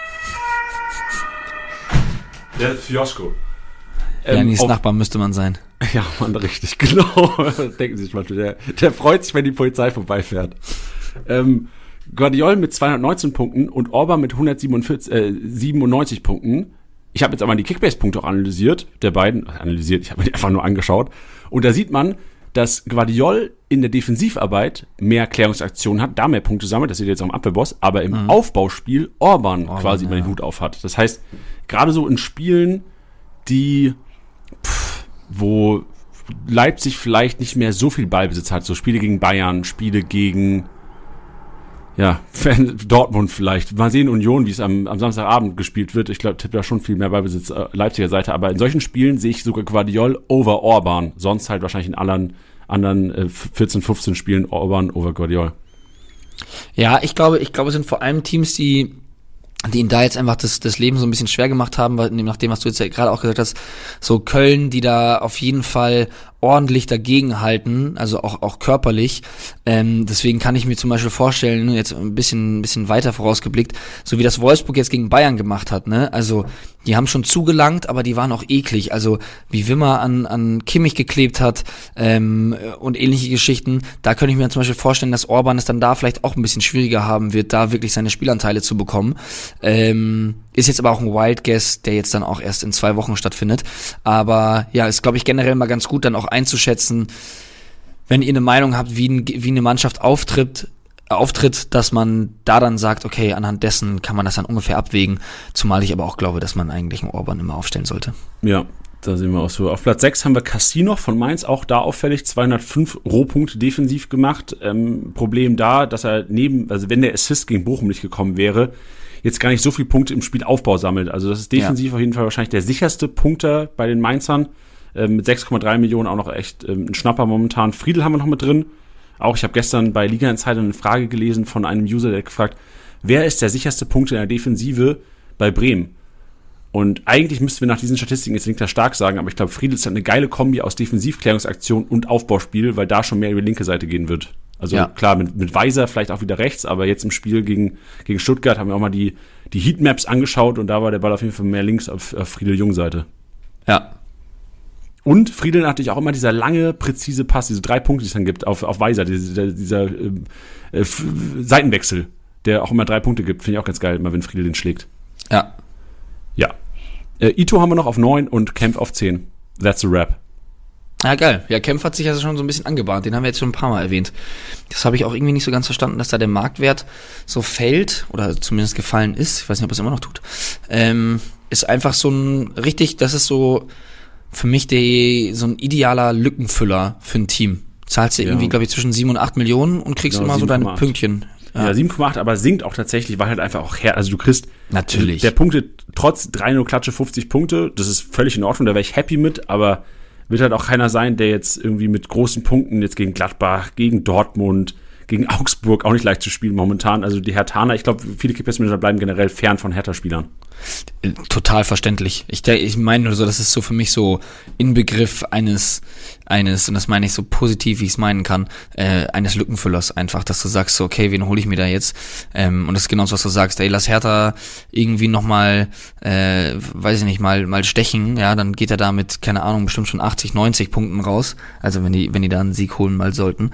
Der Fiasko. Janis Nachbar müsste man sein. Ja, Mann, richtig, genau. Denken Sie sich mal, der freut sich, wenn die Polizei vorbeifährt. Guardiol mit 219 Punkten und Orban mit 197 Punkten. Ich habe jetzt aber die Kickbase-Punkte auch analysiert, ich habe mir die einfach nur angeschaut. Und da sieht man, dass Guardiol in der Defensivarbeit mehr Klärungsaktionen hat, da mehr Punkte sammelt, das seht ihr jetzt am Abwehrboss, aber im Aufbauspiel Orban quasi immer den Hut auf hat. Das heißt, gerade so in Spielen, wo Leipzig vielleicht nicht mehr so viel Ballbesitz hat, so Spiele gegen Bayern, Spiele gegen Dortmund vielleicht. Mal sehen Union, wie es am Samstagabend gespielt wird. Ich glaube, tippe da schon viel mehr Ballbesitz Leipziger Seite. Aber in solchen Spielen sehe ich sogar Guardiol over Orban. Sonst halt wahrscheinlich in anderen 14, 15 Spielen Orban over Guardiol. Ja, ich glaube, es sind vor allem Teams, die ihnen da jetzt einfach das Leben so ein bisschen schwer gemacht haben, weil nach dem, was du jetzt ja gerade auch gesagt hast, so Köln, die da auf jeden Fall ordentlich dagegenhalten, also auch körperlich. Deswegen kann ich mir zum Beispiel vorstellen, jetzt ein bisschen weiter vorausgeblickt, so wie das Wolfsburg jetzt gegen Bayern gemacht hat, ne? Also die haben schon zugelangt, aber die waren auch eklig. Also wie Wimmer an Kimmich geklebt hat und ähnliche Geschichten, da könnte ich mir zum Beispiel vorstellen, dass Orban es dann da vielleicht auch ein bisschen schwieriger haben wird, da wirklich seine Spielanteile zu bekommen. Ist jetzt aber auch ein Wild Guess, der jetzt dann auch erst in 2 Wochen stattfindet. Aber ja, ist, glaube ich, generell mal ganz gut dann auch einzuschätzen, wenn ihr eine Meinung habt, wie eine Mannschaft auftritt, dass man da dann sagt, okay, anhand dessen kann man das dann ungefähr abwägen. Zumal ich aber auch glaube, dass man eigentlich einen Orban immer aufstellen sollte. Ja, da sehen wir auch so. Auf Platz 6 haben wir Cassino von Mainz, auch da auffällig, 205 Rohpunkte defensiv gemacht. Problem da, dass er wenn der Assist gegen Bochum nicht gekommen wäre, jetzt gar nicht so viele Punkte im Spielaufbau sammelt. Also das ist defensiv auf jeden Fall wahrscheinlich der sicherste Punkter bei den Mainzern. Mit 6,3 Millionen auch noch echt ein Schnapper momentan. Friedl haben wir noch mit drin. Auch ich habe gestern bei Liga Insider eine Frage gelesen von einem User, der hat gefragt, wer ist der sicherste Punkt in der Defensive bei Bremen? Und eigentlich müssten wir nach diesen Statistiken jetzt Niklas Stark sagen, aber ich glaube, Friedl ist halt eine geile Kombi aus Defensivklärungsaktion und Aufbauspiel, weil da schon mehr über die linke Seite gehen wird. Also klar, mit Weiser vielleicht auch wieder rechts, aber jetzt im Spiel gegen Stuttgart haben wir auch mal die Heatmaps angeschaut und da war der Ball auf jeden Fall mehr links auf Friedl-Jung-Seite. Ja. Und Friedl natürlich auch immer dieser lange, präzise Pass, diese 3 Punkte, die es dann gibt, auf Weiser, dieser Seitenwechsel, der auch immer 3 Punkte gibt, finde ich auch ganz geil, immer wenn Friedl den schlägt. Ja. Ja. Ito haben wir noch auf 9 und Kempf auf 10. That's a wrap. Ja, geil. Ja, Kempf hat sich also schon so ein bisschen angebahnt. Den haben wir jetzt schon ein paar Mal erwähnt. Das habe ich auch irgendwie nicht so ganz verstanden, dass da der Marktwert so fällt oder zumindest gefallen ist. Ich weiß nicht, ob es immer noch tut. Ist einfach so das ist so für mich so ein idealer Lückenfüller für ein Team. Zahlst du irgendwie, glaube ich, zwischen 7 und 8 Millionen und kriegst immer so deine Pünktchen. Ja, 7,8, aber sinkt auch tatsächlich, weil halt einfach auch also du kriegst natürlich der Punkte trotz 3-0 Klatsche 50 Punkte, das ist völlig in Ordnung, da wäre ich happy mit, aber wird halt auch keiner sein, der jetzt irgendwie mit großen Punkten jetzt gegen Gladbach, gegen Dortmund, gegen Augsburg auch nicht leicht zu spielen momentan. Also die Herthaner, ich glaube, viele Kickbase-Manager bleiben generell fern von Hertha-Spielern. Total verständlich. Ich meine nur so, das ist so für mich so Inbegriff eines, und das meine ich so positiv, wie ich es meinen kann, eines Lückenfüllers einfach, dass du sagst so, okay, wen hole ich mir da jetzt? Und das ist genau so, was du sagst, ey, lass Hertha irgendwie nochmal, weiß ich nicht, mal stechen, ja, dann geht er da mit, keine Ahnung, bestimmt schon 80, 90 Punkten raus, also wenn die da einen Sieg holen mal sollten.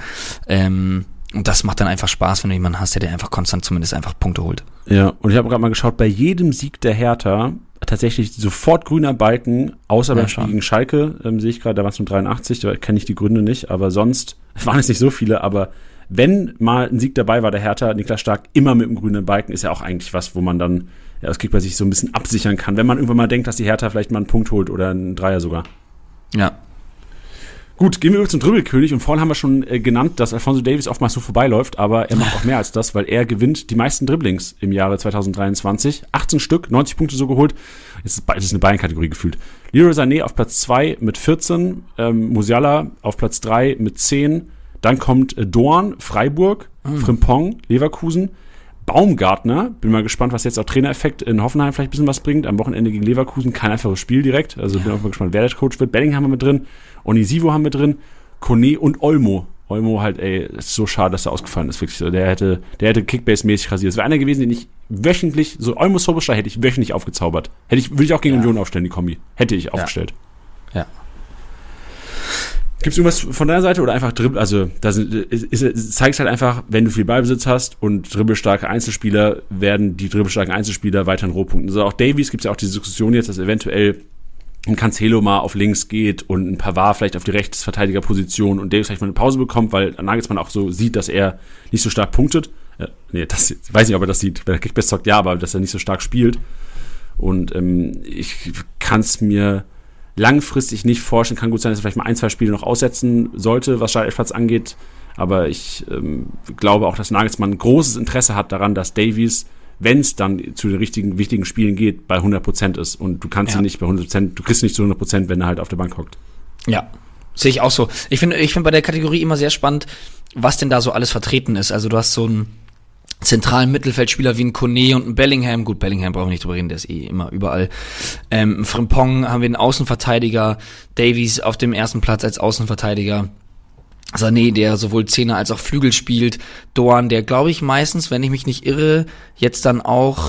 Und das macht dann einfach Spaß, wenn du jemanden hast, der einfach konstant zumindest einfach Punkte holt. Ja, und ich habe gerade mal geschaut, bei jedem Sieg der Hertha tatsächlich sofort grüner Balken, außer beim Spiel gegen Schalke, sehe ich gerade, da waren es nur 83, da kenne ich die Gründe nicht, aber sonst waren es nicht so viele, aber wenn mal ein Sieg dabei war, der Hertha, Niklas Stark, immer mit dem grünen Balken, ist ja auch eigentlich was, wo man dann, ja, das Kickbase sich so ein bisschen absichern kann, wenn man irgendwann mal denkt, dass die Hertha vielleicht mal einen Punkt holt oder einen Dreier sogar. Ja. Gut, gehen wir über zum Dribbelkönig und vorhin haben wir schon genannt, dass Alphonso Davies oftmals so vorbeiläuft, aber er macht auch mehr als das, weil er gewinnt die meisten Dribblings im Jahre 2023. 18 Stück, 90 Punkte so geholt. Das ist eine Bayern-Kategorie gefühlt. Leroy Sané auf Platz 2 mit 14, Musiala auf Platz 3 mit 10, dann kommt Dorn, Freiburg, Frimpong, Leverkusen, Baumgartner, bin mal gespannt, was jetzt auch Trainereffekt in Hoffenheim vielleicht ein bisschen was bringt. Am Wochenende gegen Leverkusen kein einfaches Spiel direkt. Also bin auch mal gespannt, wer der Coach wird. Bellingham haben wir mit drin, Onisivo haben wir drin, Kone und Olmo. Olmo halt, ist so schade, dass er ausgefallen ist. Wirklich, der hätte Kickbase-mäßig rasiert. Das wäre einer gewesen, den ich wöchentlich, so Olmo Soboschlei hätte ich wöchentlich aufgezaubert. Würde ich auch gegen Union aufstellen, die Kombi. Hätte ich aufgestellt. Ja. Gibt es irgendwas von deiner Seite oder einfach Dribbel? Also, zeigt halt einfach, wenn du viel Ballbesitz hast und dribbelstarke Einzelspieler, werden die dribbelstarken Einzelspieler weiter in Rohpunkten. Also auch Davies gibt es ja auch diese Diskussion jetzt, dass eventuell ein Cancelo mal auf links geht und ein Pavard vielleicht auf die Rechtsverteidigerposition und Davies vielleicht mal eine Pause bekommt, weil Nagelsmann auch so sieht, dass er nicht so stark punktet. Das weiß nicht, ob er das sieht. Wenn er Kickbase zockt, ja, aber dass er nicht so stark spielt. Und ich kann es mir langfristig nicht vorstellen. Kann gut sein, dass er vielleicht mal 1-2 Spiele noch aussetzen sollte, was Startelfplatz angeht. Aber ich glaube auch, dass Nagelsmann ein großes Interesse hat daran, dass Davies, wenn es dann zu den richtigen, wichtigen Spielen geht, bei 100% ist. Und du kannst ihn nicht bei 100%, du kriegst ihn nicht zu 100%, wenn er halt auf der Bank hockt. Ja. Sehe ich auch so. Ich finde bei der Kategorie immer sehr spannend, was denn da so alles vertreten ist. Also du hast so ein zentralen Mittelfeldspieler wie ein Kone und ein Bellingham. Gut, Bellingham brauchen wir nicht drüber reden, der ist immer überall. Frimpong haben wir einen Außenverteidiger, Davies auf dem ersten Platz als Außenverteidiger. Sané, der sowohl Zehner als auch Flügel spielt. Doan, der glaube ich meistens, wenn ich mich nicht irre, jetzt dann auch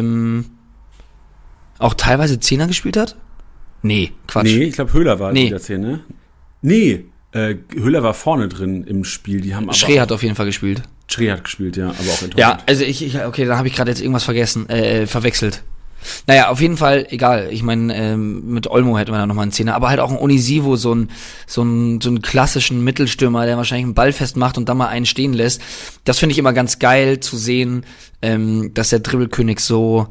teilweise Zehner gespielt hat? Nee, Quatsch. Nee, ich glaube Höhler war wieder 10, ne? Nee, Höhler war vorne drin im Spiel. Die haben aber Schree hat auf jeden Fall gespielt. Schree hat gespielt, ja, aber auch enttäuschend. Ja, also okay, da habe ich gerade jetzt irgendwas verwechselt. Naja, auf jeden Fall, egal. Ich meine, mit Olmo hätte man da nochmal einen Zehner, aber halt auch ein Onisivo, so einen klassischen Mittelstürmer, der wahrscheinlich einen Ball festmacht und dann mal einen stehen lässt. Das finde ich immer ganz geil zu sehen, dass der Dribbelkönig so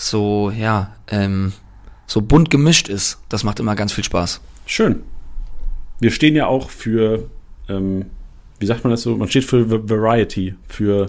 bunt gemischt ist. Das macht immer ganz viel Spaß. Schön. Wir stehen ja auch für, wie sagt man das so? Man steht für Variety, für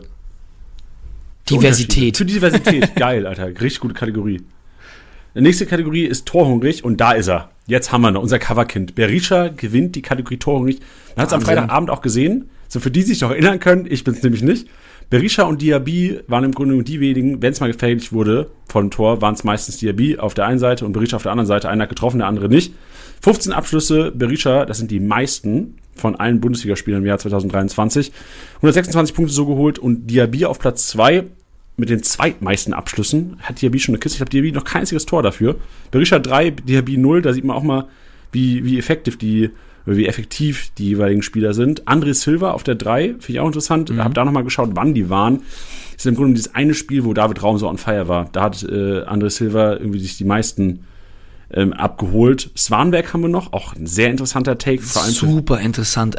Diversität. Für Diversität. Geil, Alter. Richtig gute Kategorie. Die nächste Kategorie ist torhungrig und da ist er. Jetzt haben wir noch unser Coverkind. Berisha gewinnt die Kategorie torhungrig. Man hat es am Freitagabend auch gesehen. So für die sich noch erinnern können, ich bin es nämlich nicht. Berisha und Diaby waren im Grunde die wenigen, wenn es mal gefährlich wurde von Tor, waren es meistens Diaby auf der einen Seite und Berisha auf der anderen Seite. Einer hat getroffen, der andere nicht. 15 Abschlüsse, Berisha, das sind die meisten von allen Bundesligaspielern im Jahr 2023. 126 Punkte so geholt und Diaby auf Platz 2 mit den zweitmeisten Abschlüssen. Hat Diaby schon eine Kiste? Ich habe Diaby noch kein einziges Tor dafür. Berisha 3, Diaby 0, da sieht man auch mal, wie effektiv die jeweiligen Spieler sind. André Silva auf der 3, finde ich auch interessant. Hab da nochmal geschaut, wann die waren. Das ist im Grunde dieses eine Spiel, wo David Raum so on fire war. Da hat André Silva irgendwie sich die meisten abgeholt. Swanberg haben wir noch, auch ein sehr interessanter Take. Vor allem super interessant.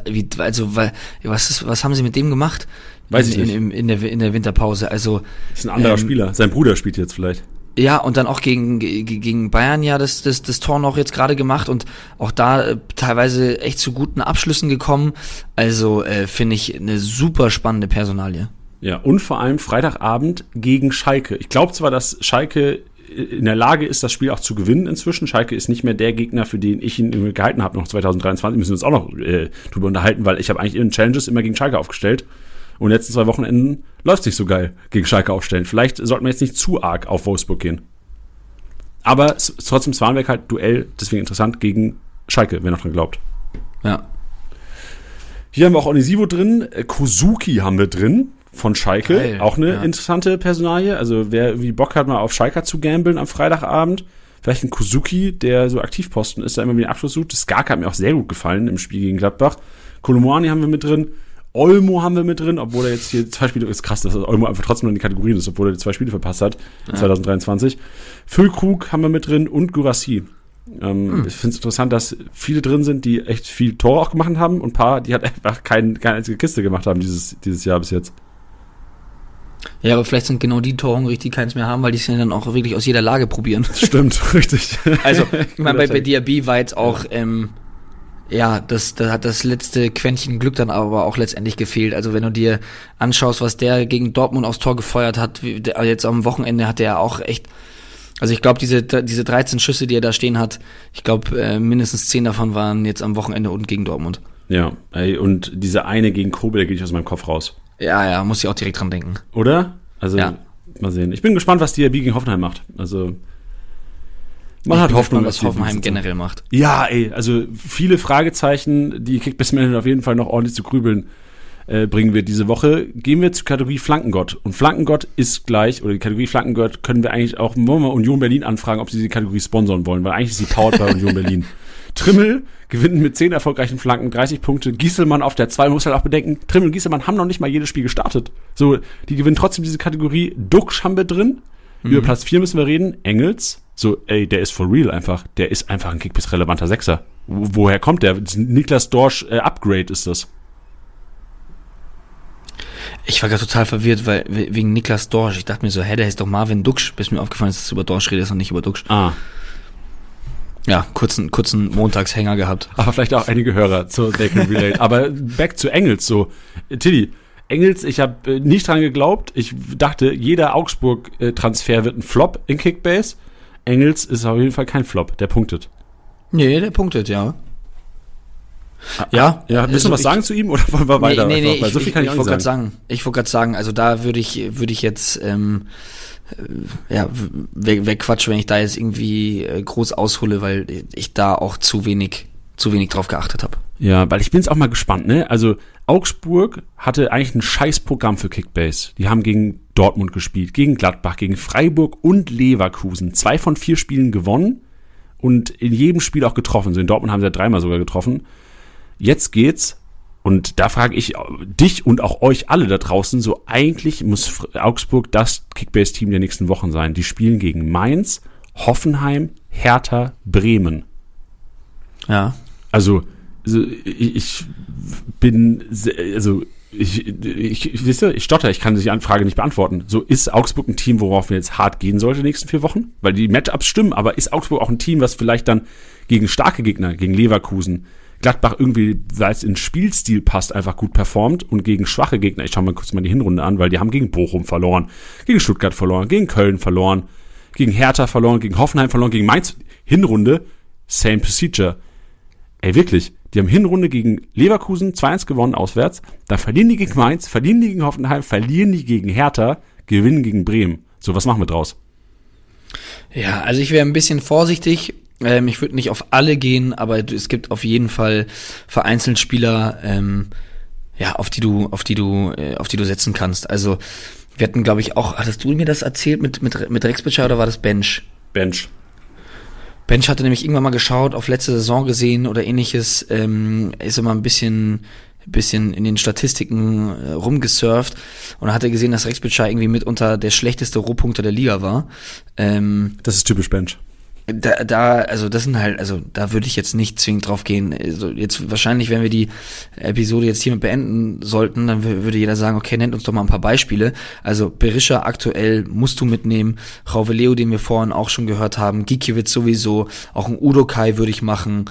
Was haben sie mit dem gemacht? Weiß ich nicht. In der Winterpause. Also das ist ein anderer Spieler. Sein Bruder spielt jetzt vielleicht. Ja, und dann auch gegen Bayern ja das Tor noch jetzt gerade gemacht und auch da teilweise echt zu guten Abschlüssen gekommen. Also finde ich eine super spannende Personalie. Ja, und vor allem Freitagabend gegen Schalke. Ich glaube zwar, dass Schalke in der Lage ist, das Spiel auch zu gewinnen inzwischen. Schalke ist nicht mehr der Gegner, für den ich ihn gehalten habe noch 2023. Wir müssen uns auch noch drüber unterhalten, weil ich habe eigentlich in Challenges immer gegen Schalke aufgestellt. Und in den letzten 2 Wochenenden läuft es nicht so geil, gegen Schalke aufstellen. Vielleicht sollten wir jetzt nicht zu arg auf Wolfsburg gehen. Aber trotzdem Swanberg halt Duell, deswegen interessant, gegen Schalke, wer noch dran glaubt. Ja. Hier haben wir auch Onisivo drin, Kozuki haben wir drin, von Schalke. Geil, auch eine interessante Personalie. Also wer irgendwie Bock hat, mal auf Schalke zu gambeln am Freitagabend, vielleicht ein Kozuki, der so Aktivposten ist, der immer wieder den Abschluss sucht. Das Skarka hat mir auch sehr gut gefallen im Spiel gegen Gladbach. Kolomoani haben wir mit drin. Olmo haben wir mit drin, obwohl er jetzt hier 2 Spiele, ist krass, dass Olmo einfach trotzdem noch in die Kategorien ist, obwohl er die 2 Spiele verpasst hat, 2023. Füllkrug haben wir mit drin und Guirassy. Ich finde es interessant, dass viele drin sind, die echt viel Tore auch gemacht haben und ein paar, die halt einfach keine einzige Kiste gemacht haben dieses Jahr bis jetzt. Ja, aber vielleicht sind genau die Torhungrig, die keins mehr haben, weil die es ja dann auch wirklich aus jeder Lage probieren. Stimmt, richtig. Also, ich meine, bei Diaby war jetzt auch, da hat das letzte Quäntchen Glück dann aber auch letztendlich gefehlt. Also wenn du dir anschaust, was der gegen Dortmund aufs Tor gefeuert hat, jetzt am Wochenende hat er auch echt, also ich glaube, diese 13 Schüsse, die er da stehen hat, ich glaube, mindestens 10 davon waren jetzt am Wochenende und gegen Dortmund. Ja, und diese eine gegen Kobel, der geht nicht aus meinem Kopf raus. Ja, muss ich auch direkt dran denken. Oder? Also, Mal sehen. Ich bin gespannt, was Diaby gegen Hoffenheim macht. Also, man hat Hoffnung, was Hoffenheim generell macht. Ja, also viele Fragezeichen, die Kickbase-Manager auf jeden Fall noch ordentlich zu grübeln bringen wir diese Woche. Gehen wir zur Kategorie Flankengott. Und Flankengott ist gleich, oder die Kategorie Flankengott können wir eigentlich auch mal Union Berlin anfragen, ob sie die Kategorie sponsoren wollen, weil eigentlich ist sie powered bei Union Berlin. Trimmel gewinnt mit 10 erfolgreichen Flanken, 30 Punkte. Gieselmann auf der 2, man muss halt auch bedenken, Trimmel und Gieselmann haben noch nicht mal jedes Spiel gestartet. So, die gewinnen trotzdem diese Kategorie. Duxch haben wir drin. Über Platz 4 müssen wir reden. Engels. So, der ist for real einfach. Der ist einfach ein Kickbase-relevanter Sechser. Woher kommt der? Niklas Dorsch Upgrade ist das. Ich war gerade total verwirrt, weil wegen Niklas Dorsch. Ich dachte mir so, der heißt doch Marvin Duxch. Bis mir aufgefallen ist, dass du über Dorsch redest und nicht über Duxch. Ja, kurzen Montagshänger gehabt. Aber vielleicht auch einige Hörer zu They Can Relate. Aber back zu Engels. So, Tilly, Engels, ich habe nicht dran geglaubt. Ich dachte, jeder Augsburg-Transfer wird ein Flop in Kickbase. Engels ist auf jeden Fall kein Flop. Der punktet. Nee, der punktet, ja. Ja. Ja, willst du was sagen zu ihm oder wollen wir weiter? Nee, weil so viel kann ich auch nicht sagen. Ich wollte gerade sagen, also da würde ich jetzt wegquatschen, wenn ich da jetzt irgendwie groß aushole, weil ich da auch zu wenig drauf geachtet habe. Ja, weil ich bin jetzt auch mal gespannt, ne? Also Augsburg hatte eigentlich ein Scheißprogramm für Kickbase. Die haben gegen Dortmund gespielt, gegen Gladbach, gegen Freiburg und Leverkusen. 2 von 4 Spielen gewonnen und in jedem Spiel auch getroffen. So in Dortmund haben sie ja 3-mal sogar getroffen. Jetzt geht's, und da frage ich dich und auch euch alle da draußen, so eigentlich muss Augsburg das Kickbase-Team der nächsten Wochen sein. Die spielen gegen Mainz, Hoffenheim, Hertha, Bremen. Ja. Also ich stotter, ich kann die Frage nicht beantworten. So, ist Augsburg ein Team, worauf wir jetzt hart gehen sollte in den nächsten 4 Wochen? Weil die Matchups stimmen, aber ist Augsburg auch ein Team, was vielleicht dann gegen starke Gegner, gegen Leverkusen, Gladbach irgendwie, weil es in Spielstil passt, einfach gut performt und gegen schwache Gegner, ich schaue mal kurz die Hinrunde an, weil die haben gegen Bochum verloren, gegen Stuttgart verloren, gegen Köln verloren, gegen Hertha verloren, gegen Hoffenheim verloren, gegen Mainz, Hinrunde, same procedure. Ey, wirklich, die haben Hinrunde gegen Leverkusen 2-1 gewonnen auswärts, dann verlieren die gegen Mainz, verlieren die gegen Hoffenheim, verlieren die gegen Hertha, gewinnen gegen Bremen. So, was machen wir draus? Ja, also ich wäre ein bisschen vorsichtig. Ich würde nicht auf alle gehen, aber es gibt auf jeden Fall vereinzelt Spieler, auf die du setzen kannst. Also wir hatten, glaube ich, auch, hattest du mir das erzählt mit Rex Bitschei oder war das Bench? Bench hatte nämlich irgendwann mal geschaut, auf letzte Saison gesehen oder ähnliches, ist immer ein bisschen in den Statistiken rumgesurft und hat er gesehen, dass Rex Bitschei irgendwie mitunter der schlechteste Rohpunkter der Liga war. Das ist typisch Bench. Da würde ich jetzt nicht zwingend drauf gehen. Also jetzt wahrscheinlich, wenn wir die Episode jetzt hiermit beenden sollten, dann würde jeder sagen, okay, nennt uns doch mal ein paar Beispiele. Also Berisha aktuell musst du mitnehmen, Rauveleo, den wir vorhin auch schon gehört haben, Gikiewicz sowieso, auch ein Udokai würde ich machen,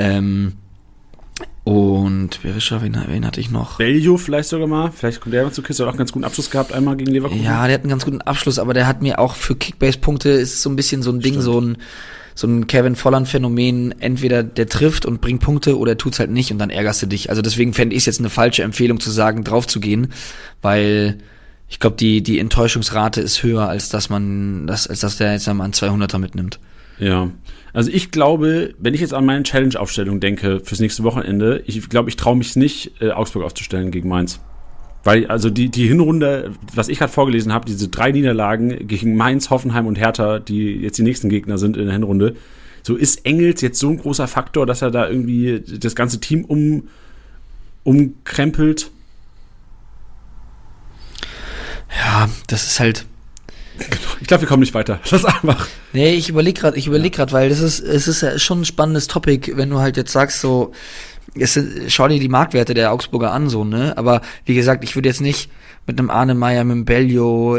und Berisha, wen hatte ich noch? Bellio vielleicht sogar mal. Vielleicht kommt der mal zu Kiste. Hat auch einen ganz guten Abschluss gehabt, einmal gegen Leverkusen. Ja, der hat einen ganz guten Abschluss, aber der hat mir auch für Kickbase-Punkte, ist so ein bisschen so ein Ding, so ein Kevin Volland-Phänomen. Entweder der trifft und bringt Punkte oder er tut's halt nicht und dann ärgerst du dich. Also deswegen fände ich es jetzt eine falsche Empfehlung zu sagen, drauf zu gehen, weil ich glaube, die Enttäuschungsrate ist höher, als dass der jetzt einmal einen 200er mitnimmt. Ja, also ich glaube, wenn ich jetzt an meine Challenge-Aufstellung denke fürs nächste Wochenende, ich glaube, ich traue mich nicht, Augsburg aufzustellen gegen Mainz. Weil, also die Hinrunde, was ich gerade vorgelesen habe, diese 3 Niederlagen gegen Mainz, Hoffenheim und Hertha, die jetzt die nächsten Gegner sind in der Hinrunde, so ist Engels jetzt so ein großer Faktor, dass er da irgendwie das ganze Team umkrempelt. Ja, das ist halt... Ich glaube, wir kommen nicht weiter. Lass einfach. Nee, ich überlege gerade, weil es ist ja schon ein spannendes Topic, wenn du halt jetzt sagst, so, schau dir die Marktwerte der Augsburger an, so, ne? Aber wie gesagt, ich würde jetzt nicht mit einem Arne Meyer, mit einem Bellio,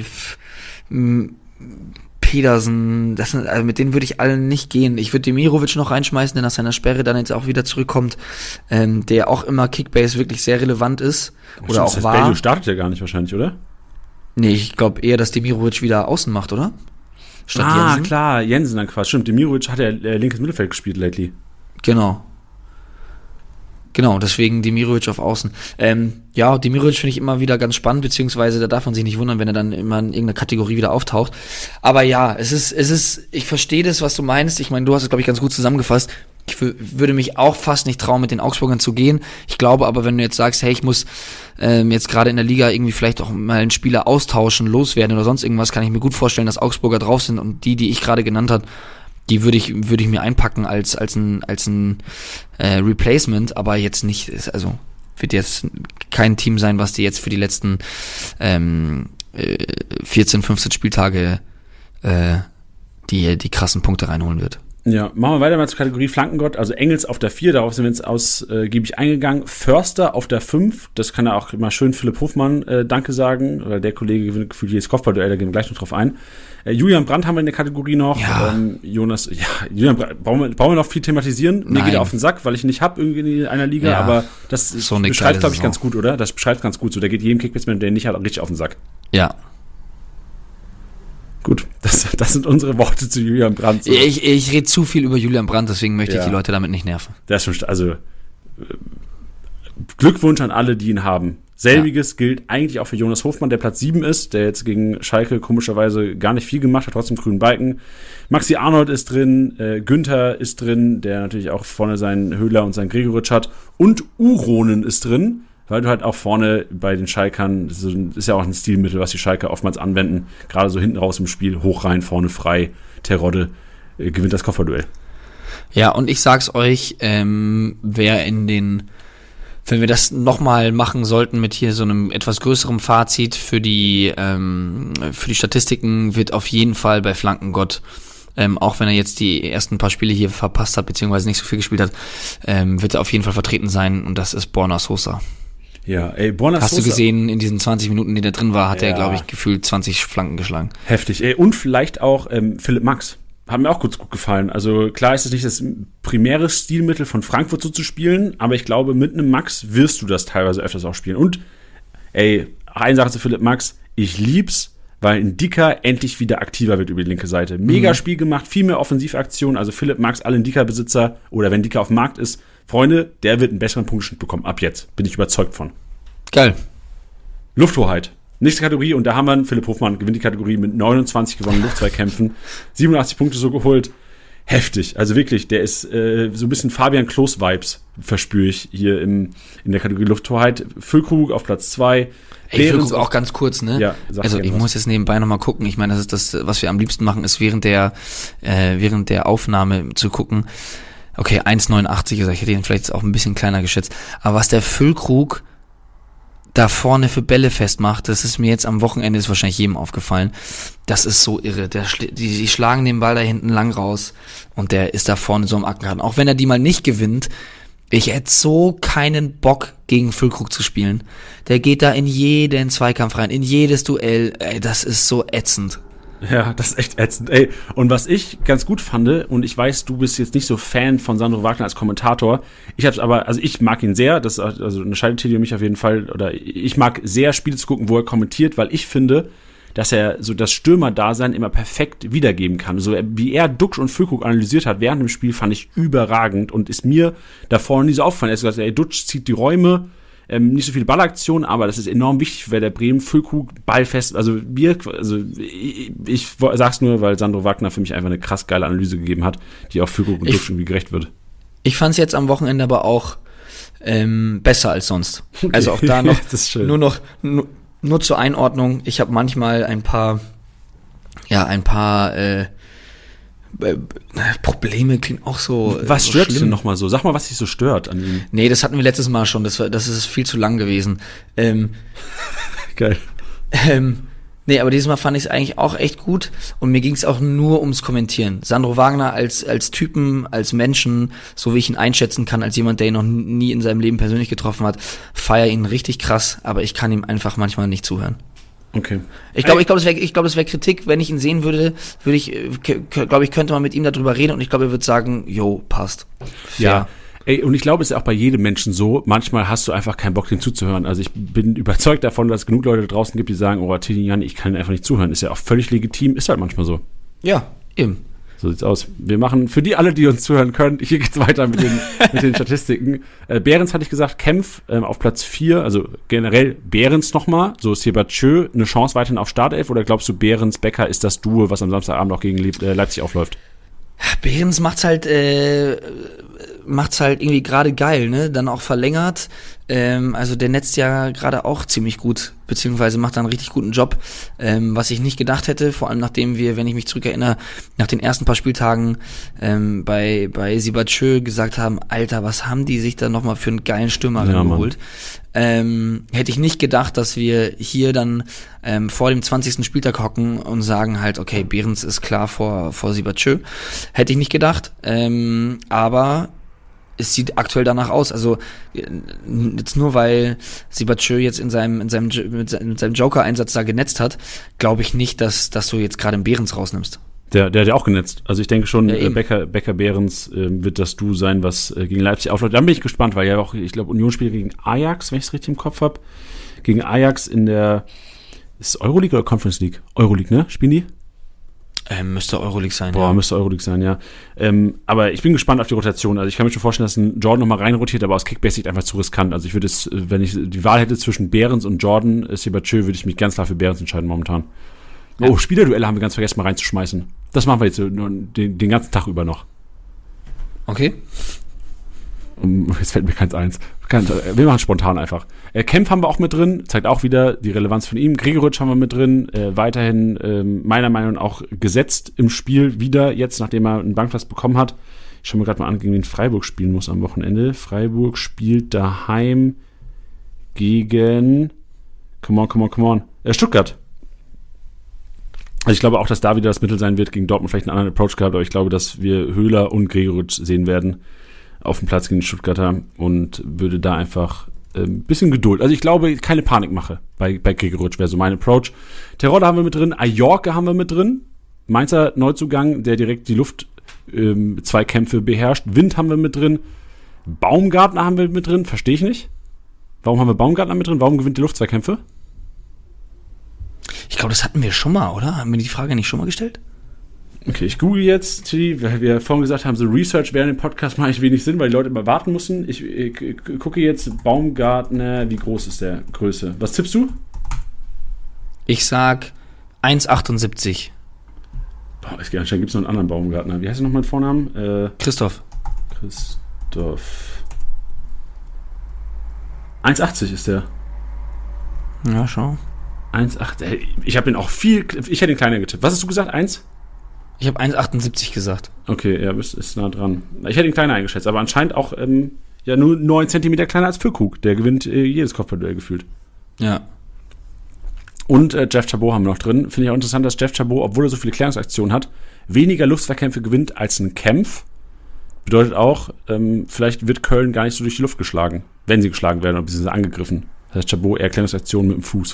Pedersen, also mit denen würde ich allen nicht gehen. Ich würde Demirovic noch reinschmeißen, der nach seiner Sperre dann jetzt auch wieder zurückkommt, der auch immer Kickbase wirklich sehr relevant ist. Oder auch war. Bellio startet ja gar nicht wahrscheinlich, oder? Nee, ich glaube eher, dass Demirovic wieder außen macht, oder? Statt Jensen. Klar, Jensen dann quasi. Stimmt, Demirovic hat ja linkes Mittelfeld gespielt lately. Genau, deswegen Demirovic auf Außen. Demirovic finde ich immer wieder ganz spannend, beziehungsweise da darf man sich nicht wundern, wenn er dann immer in irgendeiner Kategorie wieder auftaucht. Aber ja, es ist, ich verstehe das, was du meinst. Ich meine, du hast es, glaube ich, ganz gut zusammengefasst. Ich würde mich auch fast nicht trauen, mit den Augsburgern zu gehen. Ich glaube aber, wenn du jetzt sagst, hey, ich muss jetzt gerade in der Liga irgendwie vielleicht auch mal einen Spieler austauschen, loswerden oder sonst irgendwas, kann ich mir gut vorstellen, dass Augsburger drauf sind und die ich gerade genannt habe, die würde ich mir einpacken als ein Replacement, aber jetzt nicht, also wird jetzt kein Team sein, was dir jetzt für die letzten 14, 15 Spieltage die krassen Punkte reinholen wird. Ja, machen wir weiter mal zur Kategorie Flankengott. Also Engels auf der 4, darauf sind wir jetzt ausgiebig eingegangen. Förster auf der 5, das kann ja auch mal schön Philipp Hofmann Danke sagen. Oder der Kollege gewinnt gefühlt jedes Kopfballduell, da gehen wir gleich noch drauf ein. Julian Brandt haben wir in der Kategorie noch. Ja. Julian Brandt, brauchen wir noch viel thematisieren? Mir geht er auf den Sack, weil ich ihn nicht habe irgendwie in einer Liga, aber das so beschreibt, glaube ich, ganz gut, oder? Das beschreibt ganz gut so. Der geht jedem Kickbase-Man, der ihn nicht hat, richtig auf den Sack. Ja. Gut, das sind unsere Worte zu Julian Brandt. So. Ich rede zu viel über Julian Brandt, deswegen möchte ich die Leute damit nicht nerven. Das ist schon, also Glückwunsch an alle, die ihn haben. Selbiges gilt eigentlich auch für Jonas Hofmann, der Platz 7 ist, der jetzt gegen Schalke komischerweise gar nicht viel gemacht hat, trotzdem grünen Balken. Maxi Arnold ist drin, Günther ist drin, der natürlich auch vorne seinen Höhler und seinen Gregoritsch hat. Und Uronen ist drin, weil du halt auch vorne bei den Schalkern, das ist ja auch ein Stilmittel, was die Schalker oftmals anwenden, gerade so hinten raus im Spiel, hoch rein, vorne frei, Terodde gewinnt das Kopfballduell. Ja, und ich sag's euch, wenn wir das nochmal machen sollten mit hier so einem etwas größeren Fazit für die Statistiken, wird auf jeden Fall bei Flankengott, auch wenn er jetzt die ersten paar Spiele hier verpasst hat, beziehungsweise nicht so viel gespielt hat, wird er auf jeden Fall vertreten sein, und das ist Borna Sosa. Ja, ey, Borna Sosa. Hast du gesehen, in diesen 20 Minuten, die da drin war, hat er, glaube ich, gefühlt 20 Flanken geschlagen. Heftig, ey, und vielleicht auch Philipp Max. Hat mir auch gut gefallen. Also klar ist es nicht das primäre Stilmittel von Frankfurt so zu spielen, aber ich glaube, mit einem Max wirst du das teilweise öfters auch spielen. Und, ey, eine Sache zu Philipp Max, ich lieb's, weil Ndicka endlich wieder aktiver wird über die linke Seite. Mega Spiel gemacht, viel mehr Offensivaktion, also Philipp Max, alle Ndicka-Besitzer, oder wenn Ndicka auf dem Markt ist, Freunde, der wird einen besseren Punktschnitt bekommen, ab jetzt. Bin ich überzeugt von. Geil. Lufthoheit. Nächste Kategorie, und da haben wir Philipp Hofmann, gewinnt die Kategorie mit 29 gewonnenen Luftzweikämpfen, 87 Punkte so geholt. Heftig, also wirklich, der ist so ein bisschen Fabian Klos-Vibes, verspüre ich hier in der Kategorie Lufthoheit. Füllkrug auf Platz 2. Ey, Füllkrug auch ganz kurz, ne? Ja, also ich muss jetzt nebenbei nochmal gucken, ich meine, das ist das, was wir am liebsten machen, ist während der Aufnahme zu gucken. Okay, 1,89, also ich hätte ihn vielleicht auch ein bisschen kleiner geschätzt, aber was der Füllkrug da vorne für Bälle festmacht, das ist mir jetzt am Wochenende, ist wahrscheinlich jedem aufgefallen, das ist so irre, die schlagen den Ball da hinten lang raus und der ist da vorne so am Ackenraden, auch wenn er die mal nicht gewinnt, ich hätte so keinen Bock gegen Füllkrug zu spielen, der geht da in jeden Zweikampf rein, in jedes Duell, ey, das ist so ätzend. Ja, das ist echt ätzend, ey. Und was ich ganz gut fand, und ich weiß, du bist jetzt nicht so Fan von Sandro Wagner als Kommentator, ich mag ihn sehr, das also unterscheidet Teddy und mich auf jeden Fall, oder ich mag sehr Spiele zu gucken, wo er kommentiert, weil ich finde, dass er so das Stürmerdasein immer perfekt wiedergeben kann. So wie er Duxch und Füllkrug analysiert hat während dem Spiel, fand ich überragend und ist mir davor nie so aufgefallen. Er hat gesagt, ey, Duxch zieht die Räume, nicht so viele Ballaktionen, aber das ist enorm wichtig für Werder Bremen. Füllkrug, ballfest, ich sag's nur, weil Sandro Wagner für mich einfach eine krass geile Analyse gegeben hat, die auch Füllkrug und Duxch irgendwie gerecht wird. Ich fand's jetzt am Wochenende aber auch besser als sonst. Okay. Also auch da noch, nur zur Einordnung, ich habe manchmal ein paar Probleme, klingt auch so. Was stört dich denn nochmal so? Sag mal, was dich so stört an ihm. Nee, das hatten wir letztes Mal schon, das ist viel zu lang gewesen. Geil. Nee, aber dieses Mal fand ich es eigentlich auch echt gut und mir ging es auch nur ums Kommentieren. Sandro Wagner als Typen, als Menschen, so wie ich ihn einschätzen kann, als jemand, der ihn noch nie in seinem Leben persönlich getroffen hat, feiere ihn richtig krass, aber ich kann ihm einfach manchmal nicht zuhören. Okay. Ich glaube, es wäre Kritik, wenn ich ihn sehen würde, könnte man mit ihm darüber reden und ich glaube, er würde sagen, jo, passt. Fair. Ja. Ey, und ich glaube, es ist ja auch bei jedem Menschen so, manchmal hast du einfach keinen Bock, dem zuzuhören. Also ich bin überzeugt davon, dass es genug Leute da draußen gibt, die sagen, oh, Teddy Jan, ich kann einfach nicht zuhören. Ist ja auch völlig legitim, ist halt manchmal so. Ja, eben. So sieht's aus. Wir machen, für die alle, die uns zuhören können, hier geht's weiter mit den Statistiken. Behrens hatte ich gesagt, Kempf auf Platz 4, also generell Behrens nochmal, so Sebatschö, eine Chance weiterhin auf Startelf, oder glaubst du, Behrens, Becker ist das Duo, was am Samstagabend auch gegen Leipzig aufläuft? Behrens macht's halt irgendwie gerade geil, ne? Dann auch verlängert. Also der netzt ja gerade auch ziemlich gut, beziehungsweise macht da einen richtig guten Job. Was ich nicht gedacht hätte, vor allem nachdem wir, wenn ich mich zurückerinnere, nach den ersten paar Spieltagen bei Sebatschö gesagt haben, Alter, was haben die sich da nochmal für einen geilen Stürmer geholt? Hätte ich nicht gedacht, dass wir hier dann vor dem 20. Spieltag hocken und sagen halt, okay, Behrens ist klar vor Sebatschö. Hätte ich nicht gedacht, aber es sieht aktuell danach aus. Also jetzt nur weil Sebatschö jetzt mit seinem Joker-Einsatz da genetzt hat, glaube ich nicht, dass du jetzt gerade einen Behrens rausnimmst. Der hat ja auch genetzt. Also ich denke schon, ja, Becker Behrens wird das Duo sein, was gegen Leipzig aufläuft. Dann bin ich gespannt, weil ja auch, ich glaube, Union spielt gegen Ajax, wenn ich es richtig im Kopf habe. Gegen Ajax in der, ist es Euroleague oder Conference League? Euroleague, ne? Spielen die? Müsste Euroleague sein, Boah, müsste Euroleague sein, ja. Aber ich bin gespannt auf die Rotation. Also ich kann mir schon vorstellen, dass ein Jordan nochmal reinrotiert, aber aus Kickbase einfach zu riskant. Also ich würde es, wenn ich die Wahl hätte zwischen Behrens und Jordan Siebertschö, würde ich mich ganz klar für Behrens entscheiden momentan. Oh, Spielerduelle haben wir ganz vergessen mal reinzuschmeißen. Das machen wir jetzt den ganzen Tag über noch. Okay. Jetzt fällt mir keins eins. Wir machen spontan einfach. Kempf haben wir auch mit drin, zeigt auch wieder die Relevanz von ihm. Gregoritsch haben wir mit drin, weiterhin meiner Meinung nach auch gesetzt im Spiel wieder, jetzt nachdem er einen Bankplatz bekommen hat. Ich schaue mir gerade mal an, gegen wen Freiburg spielen muss am Wochenende. Freiburg spielt daheim gegen come on. Stuttgart. Also ich glaube auch, dass da wieder das Mittel sein wird, gegen Dortmund vielleicht einen anderen Approach gehabt, aber ich glaube, dass wir Höhler und Gregoritsch sehen werden auf dem Platz gegen die Stuttgarter und würde da einfach ein bisschen Geduld. Also ich glaube, keine Panik mache bei Gregoritsch, wäre so mein Approach. Terodde haben wir mit drin, Ajorke haben wir mit drin, Mainzer Neuzugang, der direkt die Luft-Zweikämpfe beherrscht. Wind haben wir mit drin, Baumgartner haben wir mit drin, verstehe ich nicht. Warum haben wir Baumgartner mit drin? Warum gewinnt die Luft-Zweikämpfe? Ich glaube, das hatten wir schon mal, oder? Haben wir die Frage nicht schon mal gestellt? Okay, ich google jetzt, weil wir vorhin gesagt haben, so Research während dem Podcast mache ich wenig Sinn, weil die Leute immer warten müssen. Ich gucke jetzt Baumgartner, wie groß ist der Größe? Was tippst du? Ich sag 1,78. Boah, anscheinend gibt es noch einen anderen Baumgartner. Wie heißt er nochmal mit Vornamen? Christoph. 1,80 ist der. Ja, schau. 1,8. Ich habe den auch ich hätte den kleiner getippt. Was hast du gesagt? 1? Ich habe 1,78 gesagt. Okay, ja, ist nah dran. Ich hätte ihn kleiner eingeschätzt, aber anscheinend auch nur 9 Zentimeter kleiner als Füllkrug. Der gewinnt jedes Kopfballduell gefühlt. Ja. Und Jeff Chabot haben wir noch drin. Finde ich auch interessant, dass Jeff Chabot, obwohl er so viele Klärungsaktionen hat, weniger Luftverkämpfe gewinnt als ein Kempf. Bedeutet auch, vielleicht wird Köln gar nicht so durch die Luft geschlagen, wenn sie geschlagen werden oder beziehungsweise angegriffen. Das heißt, Chabot eher Klärungsaktionen mit dem Fuß.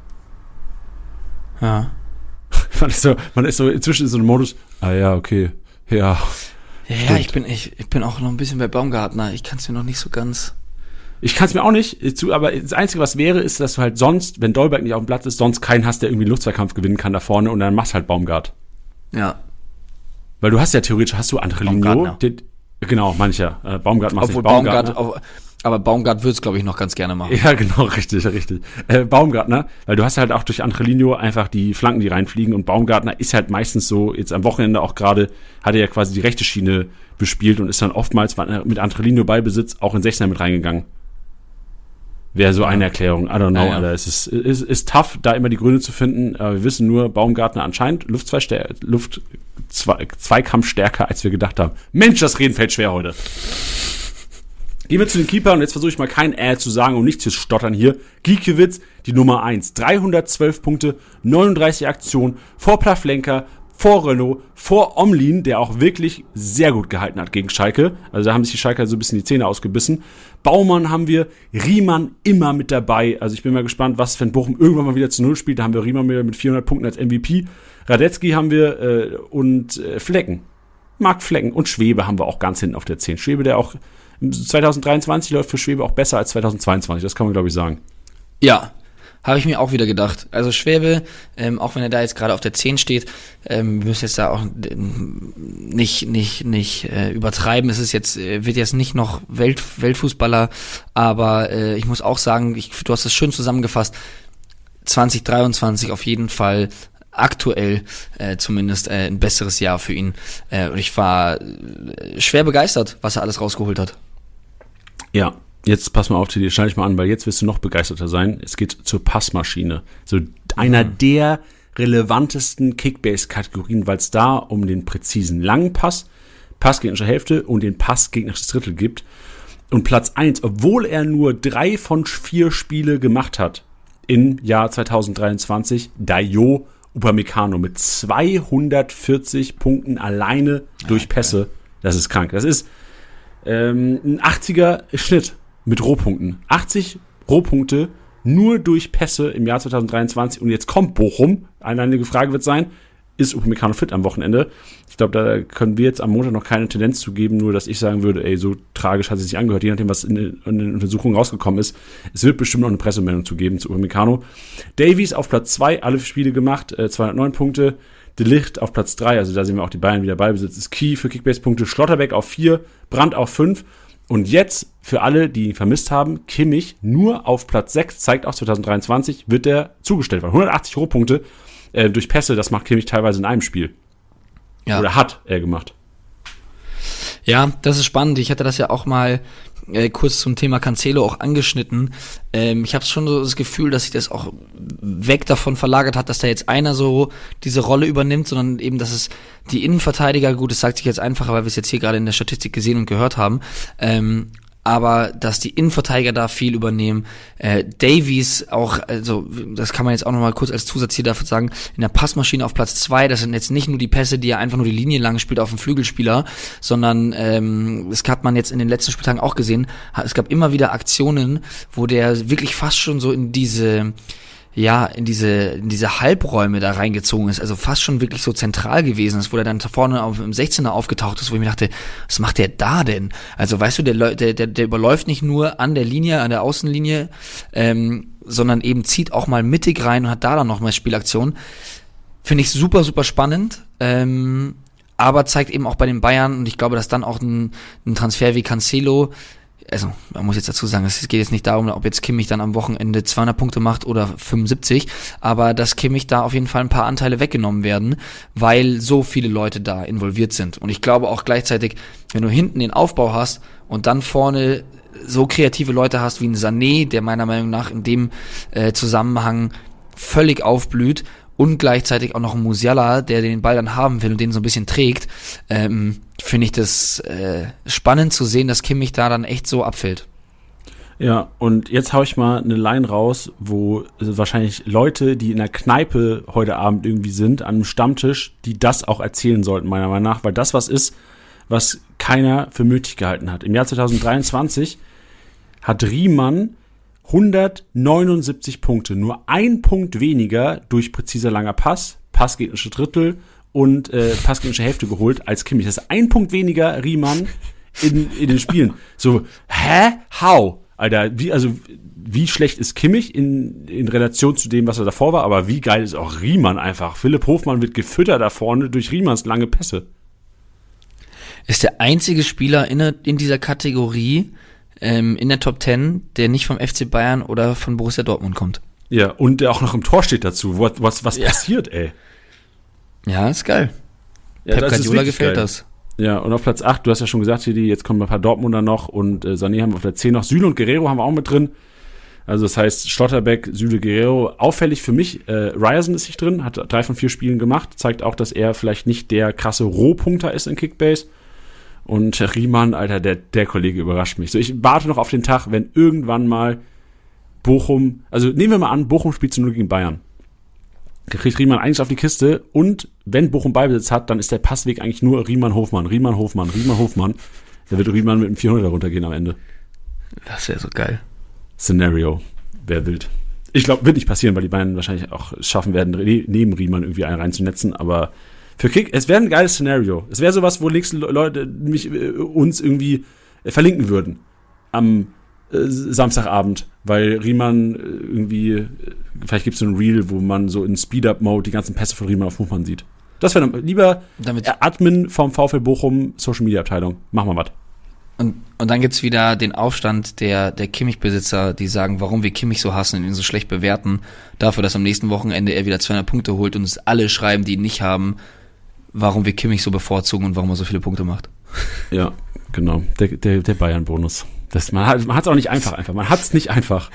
Ja. Man ist so inzwischen in so einem Modus, ja, okay, ja. Ja, ich bin auch noch ein bisschen bei Baumgartner. Ich kann es mir noch nicht so ganz. Ich kann es mir auch nicht, aber das Einzige, was wäre, ist, dass du halt sonst, wenn Dolberg nicht auf dem Platz ist, sonst keinen hast, der irgendwie einen Luftzweikampf gewinnen kann da vorne und dann machst halt Baumgart. Ja. Weil du hast ja theoretisch, Angelino. Genau, mancher. Baumgart macht nicht Baumgart. Aber Baumgart würde es, glaube ich, noch ganz gerne machen. Ja, genau, richtig. Baumgartner, weil du hast halt auch durch Angelino einfach die Flanken, die reinfliegen und Baumgartner ist halt meistens so, jetzt am Wochenende auch gerade, hat er ja quasi die rechte Schiene bespielt und ist dann oftmals mit Angelino Ballbesitz auch in 16er mit reingegangen. Wäre so eine Erklärung, I don't know, ja. Alter. Es ist tough, da immer die Gründe zu finden, aber wir wissen nur, Baumgartner anscheinend Zweikampf stärker, als wir gedacht haben. Mensch, das Reden fällt schwer heute. Gehen wir zu den Keepern und jetzt versuche ich mal kein zu sagen, um nicht zu stottern hier. Gikiewicz, die Nummer 1. 312 Punkte, 39 Aktionen, vor Pavlenka, vor Renault, vor Omlin, der auch wirklich sehr gut gehalten hat gegen Schalke. Also da haben sich die Schalker so ein bisschen die Zähne ausgebissen. Baumann haben wir, Riemann immer mit dabei. Also ich bin mal gespannt, was, wenn Bochum irgendwann mal wieder zu Null spielt. Da haben wir Riemann wieder mit 400 Punkten als MVP. Radetzky haben wir und Flecken. Marc Flecken und Schwebe haben wir auch ganz hinten auf der 10. Schwebe, der auch 2023 läuft für Schwebe auch besser als 2022. Das kann man, glaube ich, sagen. Ja, habe ich mir auch wieder gedacht. Also Schwebe, auch wenn er da jetzt gerade auf der 10 steht, wir müssen jetzt da auch nicht übertreiben. Es ist jetzt, wird jetzt nicht noch Weltfußballer, aber ich muss auch sagen, du hast das schön zusammengefasst, 2023 auf jeden Fall aktuell zumindest ein besseres Jahr für ihn. Und ich war schwer begeistert, was er alles rausgeholt hat. Ja, jetzt pass mal auf, Teddy, schneide ich mal an, weil jetzt wirst du noch begeisterter sein. Es geht zur Passmaschine. So einer der relevantesten Kickbase-Kategorien, weil es da um den präzisen langen Pass gegnerische Hälfte und den Pass gegnerisches Drittel gibt. Und Platz 1, obwohl er nur 3 von 4 Spiele gemacht hat im Jahr 2023, Dayo Upamecano mit 240 Punkten alleine durch Pässe. Das ist krank. Das ist ein 80er Schnitt mit Rohpunkten. 80 Rohpunkte nur durch Pässe im Jahr 2023. Und jetzt kommt Bochum. Eine Frage wird sein, ist Upamecano fit am Wochenende? Ich glaube, da können wir jetzt am Montag noch keine Tendenz zu geben, nur dass ich sagen würde, so tragisch hat es sich angehört, je nachdem, was in den Untersuchungen rausgekommen ist. Es wird bestimmt noch eine Pressemeldung zu geben zu Upamecano. Davies auf Platz 2, alle Spiele gemacht, 209 Punkte. De Ligt auf Platz 3, also da sehen wir auch die Bayern wieder Ballbesitz, ist Key für Kickbase-Punkte, Schlotterbeck auf 4, Brandt auf 5 und jetzt, für alle, die ihn vermisst haben, Kimmich nur auf Platz 6, zeigt auch 2023, wird der zugestellt, weil 180 Rohpunkte durch Pässe, das macht Kimmich teilweise in einem Spiel. Ja. Oder hat er gemacht. Ja, das ist spannend. Ich hatte das ja auch mal kurz zum Thema Cancelo auch angeschnitten. Ich habe schon so das Gefühl, dass sich das auch weg davon verlagert hat, dass da jetzt einer so diese Rolle übernimmt, sondern eben, dass es die Innenverteidiger, gut, das sagt sich jetzt einfacher, weil wir es jetzt hier gerade in der Statistik gesehen und gehört haben, aber dass die Innenverteidiger da viel übernehmen. Davies auch, also das kann man jetzt auch nochmal kurz als Zusatz hier dafür sagen, in der Passmaschine auf Platz 2, das sind jetzt nicht nur die Pässe, die er einfach nur die Linie lang spielt auf dem Flügelspieler, sondern das hat man jetzt in den letzten Spieltagen auch gesehen, es gab immer wieder Aktionen, wo der wirklich fast schon so in diese Halbräume da reingezogen ist, also fast schon wirklich so zentral gewesen ist, wo der dann vorne im 16er aufgetaucht ist, wo ich mir dachte, was macht der da denn? Also weißt du, der überläuft nicht nur an der Linie, an der Außenlinie, sondern eben zieht auch mal mittig rein und hat da dann noch mal Spielaktion. Finde ich super, super spannend, aber zeigt eben auch bei den Bayern, und ich glaube, dass dann auch ein Transfer wie Cancelo, also man muss jetzt dazu sagen, es geht jetzt nicht darum, ob jetzt Kimmich dann am Wochenende 200 Punkte macht oder 75, aber dass Kimmich da auf jeden Fall ein paar Anteile weggenommen werden, weil so viele Leute da involviert sind. Und ich glaube auch gleichzeitig, wenn du hinten den Aufbau hast und dann vorne so kreative Leute hast wie ein Sané, der meiner Meinung nach in dem Zusammenhang völlig aufblüht, und gleichzeitig auch noch ein Musiala, der den Ball dann haben will und den so ein bisschen trägt, finde ich das spannend zu sehen, dass Kimmich da dann echt so abfällt. Ja, und jetzt hau ich mal eine Line raus, wo wahrscheinlich Leute, die in der Kneipe heute Abend irgendwie sind, an einem Stammtisch, die das auch erzählen sollten, meiner Meinung nach, weil das was ist, was keiner für möglich gehalten hat. Im Jahr 2023 hat Riemann 179 Punkte, nur ein Punkt weniger durch präziser langer Pass, passgegnerische Drittel und passgegnerische Hälfte geholt als Kimmich. Das ist ein Punkt weniger Riemann in den Spielen. So, How? Alter, wie schlecht ist Kimmich in Relation zu dem, was er davor war, aber wie geil ist auch Riemann einfach. Philipp Hofmann wird gefüttert da vorne durch Riemanns lange Pässe. Ist der einzige Spieler in dieser Kategorie in der Top 10, der nicht vom FC Bayern oder von Borussia Dortmund kommt. Ja, und der auch noch im Tor steht dazu. Was passiert, ey? Ja, ist geil. Ja, Pep Guardiola gefällt geil. Das. Ja, und auf Platz 8, du hast ja schon gesagt, jetzt kommen ein paar Dortmunder noch und Sané haben wir auf der 10 noch. Süle und Guerrero haben wir auch mit drin. Also das heißt, Schlotterbeck, Süle, Guerrero. Auffällig für mich, Ryerson ist nicht drin, hat 3 von 4 Spielen gemacht. Zeigt auch, dass er vielleicht nicht der krasse Rohpunkter ist in Kickbase. Und Riemann, Alter, der Kollege überrascht mich. So, ich warte noch auf den Tag, wenn irgendwann mal Bochum, also nehmen wir mal an, Bochum spielt zu 0 gegen Bayern. Da kriegt Riemann eigentlich auf die Kiste und wenn Bochum Ballbesitz hat, dann ist der Passweg eigentlich nur Riemann-Hofmann. Da wird Riemann mit einem 400er runtergehen am Ende. Das wäre so geil. Szenario. Wer wild. Ich glaube, wird nicht passieren, weil die Bayern wahrscheinlich auch schaffen werden, neben Riemann irgendwie einen reinzunetzen, aber für Kick, es wäre ein geiles Szenario. Es wäre sowas, wo nächste Leute uns irgendwie verlinken würden am Samstagabend, weil Riemann irgendwie, vielleicht gibt es so ein Reel, wo man so in Speed-Up-Mode die ganzen Pässe von Riemann auf Hofmann sieht. Das wäre lieber Admin vom VfL Bochum Social-Media-Abteilung. Mach mal was. Und dann gibt's wieder den Aufstand der Kimmich-Besitzer, die sagen, warum wir Kimmich so hassen und ihn so schlecht bewerten, dafür, dass am nächsten Wochenende er wieder 200 Punkte holt und es alle schreiben, die ihn nicht haben, warum wir Kimmich so bevorzugen und warum er so viele Punkte macht. Ja, genau. Der Bayern-Bonus. Man hat es auch nicht einfach. Man hat es nicht einfach.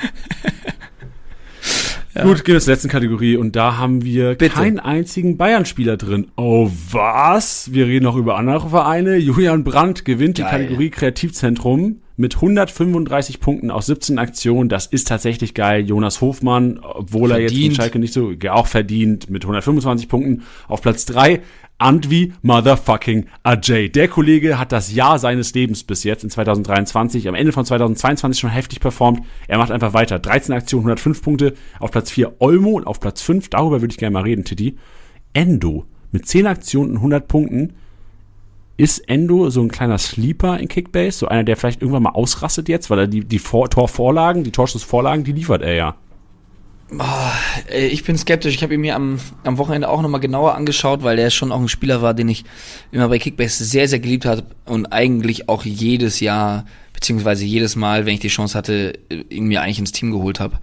Ja. Gut, gehen wir zur letzten Kategorie und da haben wir keinen einzigen Bayern-Spieler drin. Oh, was? Wir reden noch über andere Vereine. Julian Brandt gewinnt die Kategorie Kreativzentrum mit 135 Punkten aus 17 Aktionen. Das ist tatsächlich geil. Jonas Hofmann, obwohl er jetzt in Schalke nicht so, auch verdient, mit 125 Punkten auf Platz 3. Andvi motherfucking Ajay. Der Kollege hat das Jahr seines Lebens bis jetzt in 2023, am Ende von 2022 schon heftig performt. Er macht einfach weiter. 13 Aktionen, 105 Punkte. Auf Platz 4 Olmo und auf Platz 5, darüber würde ich gerne mal reden, Titi, Endo mit 10 Aktionen und 100 Punkten. Ist Endo so ein kleiner Sleeper in Kickbase? So einer, der vielleicht irgendwann mal ausrastet jetzt, weil er die Torschussvorlagen, die liefert er ja. Ich bin skeptisch. Ich habe ihn mir am Wochenende auch nochmal genauer angeschaut, weil der schon auch ein Spieler war, den ich immer bei Kickbase sehr, sehr geliebt habe und eigentlich auch jedes Jahr, beziehungsweise jedes Mal, wenn ich die Chance hatte, ihn mir eigentlich ins Team geholt habe.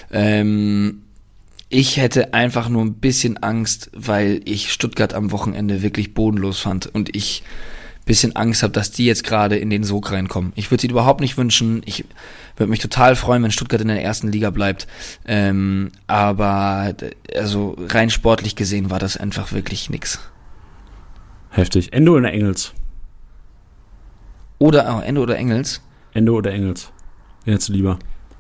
Ich hätte einfach nur ein bisschen Angst, weil ich Stuttgart am Wochenende wirklich bodenlos fand und ich bisschen Angst habe, dass die jetzt gerade in den Sog reinkommen. Ich würde sie überhaupt nicht wünschen. Ich würde mich total freuen, wenn Stuttgart in der ersten Liga bleibt. Aber also rein sportlich gesehen war das einfach wirklich nix. Heftig. Endo oder Engels? Endo oder Engels? Endo oder Engels? Wen hättest du lieber?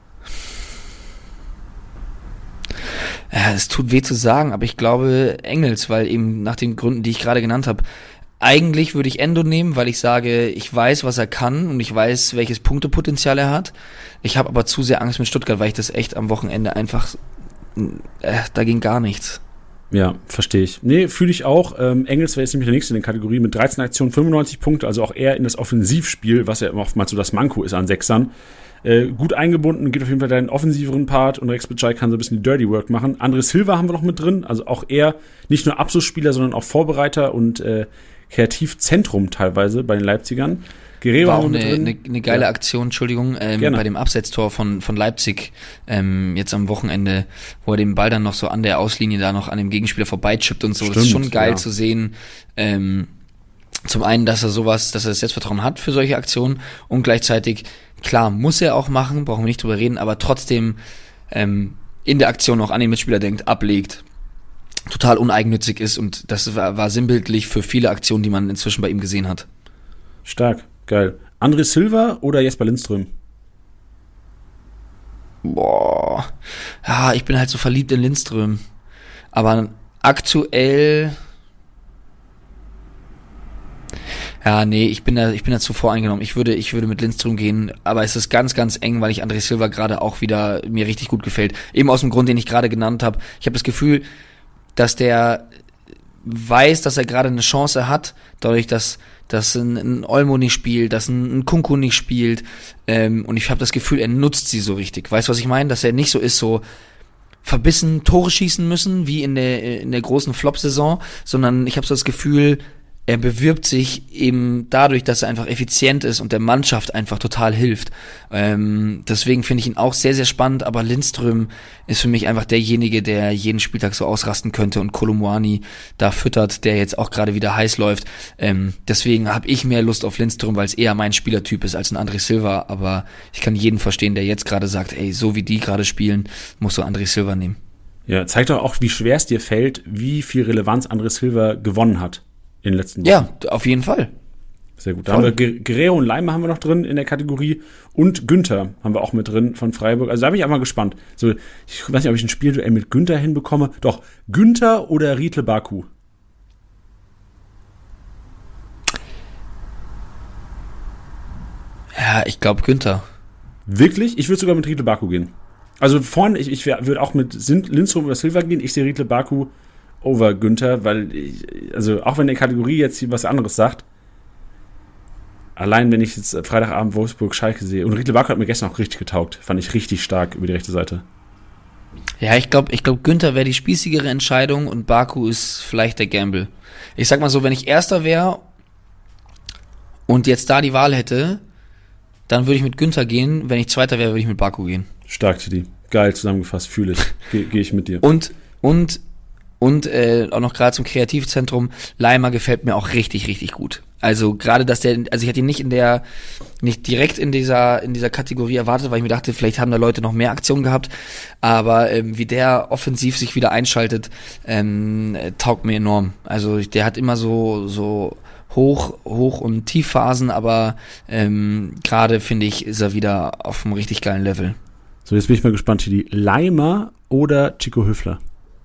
Ja, es tut weh zu sagen, aber ich glaube Engels, weil eben nach den Gründen, die ich gerade genannt habe, eigentlich würde ich Endo nehmen, weil ich sage, ich weiß, was er kann und ich weiß, welches Punktepotenzial er hat. Ich habe aber zu sehr Angst mit Stuttgart, weil ich das echt am Wochenende einfach, da ging gar nichts. Ja, verstehe ich. Nee, fühle ich auch. Engels wäre jetzt nämlich der nächste in der Kategorie mit 13 Aktionen, 95 Punkte, also auch eher in das Offensivspiel, was ja immer oftmals so das Manko ist an Sechsern. Gut eingebunden, geht auf jeden Fall deinen offensiveren Part und Rex Bitschei kann so ein bisschen die Dirty Work machen. André Silva haben wir noch mit drin, also auch eher nicht nur Abschlussspieler, sondern auch Vorbereiter und Kreativzentrum teilweise bei den Leipzigern. Guerrero war auch eine geile Aktion, Entschuldigung, bei dem Absetztor von Leipzig jetzt am Wochenende, wo er den Ball dann noch so an der Auslinie da noch an dem Gegenspieler vorbeichippt und so. Stimmt, das ist schon geil zu sehen. Zum einen, dass er das Selbstvertrauen hat für solche Aktionen und gleichzeitig, klar, muss er auch machen, brauchen wir nicht drüber reden, aber trotzdem in der Aktion auch an den Mitspieler denkt, ablegt, total uneigennützig ist und das war sinnbildlich für viele Aktionen, die man inzwischen bei ihm gesehen hat. Stark, geil. André Silva oder Jesper Lindström? Boah, ja, ich bin halt so verliebt in Lindström, aber aktuell, ja, nee, ich bin da zu voreingenommen. Ich würde mit Lindström gehen, aber es ist ganz, ganz eng, weil ich André Silva gerade auch wieder mir richtig gut gefällt. Eben aus dem Grund, den ich gerade genannt habe. Ich habe das Gefühl, dass der weiß, dass er gerade eine Chance hat, dadurch, dass ein Olmo nicht spielt, dass ein Kunku nicht spielt, und ich habe das Gefühl, er nutzt sie so richtig. Weißt du, was ich meine? Dass er nicht so ist, so verbissen Tore schießen müssen, wie in der großen Flop-Saison, sondern ich habe so das Gefühl, er bewirbt sich eben dadurch, dass er einfach effizient ist und der Mannschaft einfach total hilft. Deswegen finde ich ihn auch sehr, sehr spannend, aber Lindström ist für mich einfach derjenige, der jeden Spieltag so ausrasten könnte und Kolo Muani da füttert, der jetzt auch gerade wieder heiß läuft. Deswegen habe ich mehr Lust auf Lindström, weil es eher mein Spielertyp ist als ein André Silva, aber ich kann jeden verstehen, der jetzt gerade sagt, ey, so wie die gerade spielen, musst du André Silva nehmen. Ja, zeigt doch auch, wie schwer es dir fällt, wie viel Relevanz André Silva gewonnen hat in den letzten Wochen. Ja, auf jeden Fall. Sehr gut. Da haben wir Guerrero und Leimer haben wir noch drin in der Kategorie und Günther haben wir auch mit drin von Freiburg. Also da bin ich auch mal gespannt. So, ich weiß nicht, ob ich ein Spielduell mit Günther hinbekomme. Doch, Günther oder Riedle Baku? Ja, ich glaube Günther. Wirklich? Ich würde sogar mit Riedle Baku gehen. Also vorne, ich würde auch mit Lindström oder Silva gehen. Ich sehe Riedle Baku over Günther, weil also auch wenn die Kategorie jetzt hier was anderes sagt, allein wenn ich jetzt Freitagabend Wolfsburg-Schalke sehe, und Riedle Baku hat mir gestern auch richtig getaugt, fand ich richtig stark über die rechte Seite. Ja, ich glaube Günther wäre die spießigere Entscheidung und Baku ist vielleicht der Gamble. Ich sag mal so, wenn ich Erster wäre und jetzt da die Wahl hätte, dann würde ich mit Günther gehen, wenn ich Zweiter wäre, würde ich mit Baku gehen. Stark, Titi. Geil zusammengefasst, fühle ich. Gehe ich mit dir. Und auch noch gerade zum Kreativzentrum, Leimer gefällt mir auch richtig, richtig gut. Also gerade, dass ich hätte ihn nicht direkt in dieser Kategorie erwartet, weil ich mir dachte, vielleicht haben da Leute noch mehr Aktionen gehabt, aber wie der offensiv sich wieder einschaltet, taugt mir enorm. Also der hat immer so Hoch- und Tiefphasen, aber gerade finde ich, ist er wieder auf einem richtig geilen Level. So, jetzt bin ich mal gespannt, Titi. Leimer oder Chico Höfler?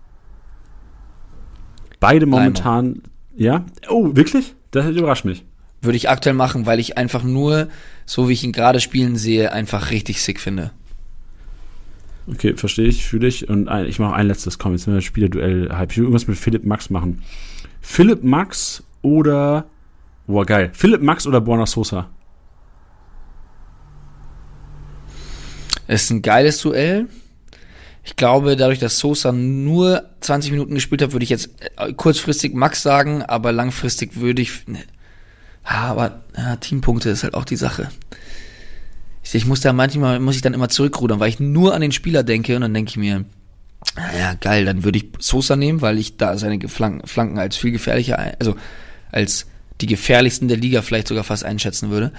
Beide momentan, ja? Oh, wirklich? Das überrascht mich. Würde ich aktuell machen, weil ich einfach nur, so wie ich ihn gerade spielen sehe, einfach richtig sick finde. Okay, verstehe ich, fühle ich. Und ich mache ein letztes, komm, jetzt müssen wir Spielerduell halb. Ich will irgendwas mit Philipp Max machen. Philipp Max oder, boah, geil. Philipp Max oder Borna Sosa? Es ist ein geiles Duell. Ich glaube, dadurch, dass Sosa nur 20 Minuten gespielt hat, würde ich jetzt kurzfristig Max sagen, aber langfristig würde ich... Teampunkte ist halt auch die Sache. Ich muss dann immer zurückrudern, weil ich nur an den Spieler denke und dann denke ich mir, naja, geil, dann würde ich Sosa nehmen, weil ich da seine Flanken als viel gefährlicher, also als die gefährlichsten der Liga vielleicht sogar fast einschätzen würde.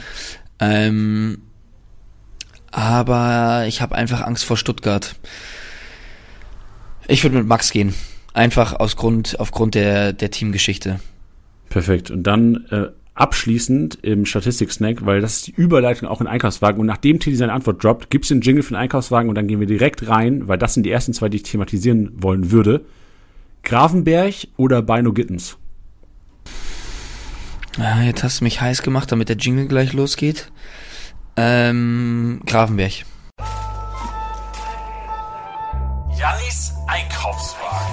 Aber ich habe einfach Angst vor Stuttgart. Ich würde mit Max gehen. Einfach aufgrund der Teamgeschichte. Perfekt. Und dann abschließend im Statistik-Snack, weil das ist die Überleitung auch in Einkaufswagen. Und nachdem Tilly seine Antwort droppt, gibt's den Jingle für den Einkaufswagen und dann gehen wir direkt rein, weil das sind die ersten 2, die ich thematisieren wollen würde. Gravenberch oder Bino Gittens? Ja, jetzt hast du mich heiß gemacht, damit der Jingle gleich losgeht. Gravenberch. Jannis Einkaufswagen.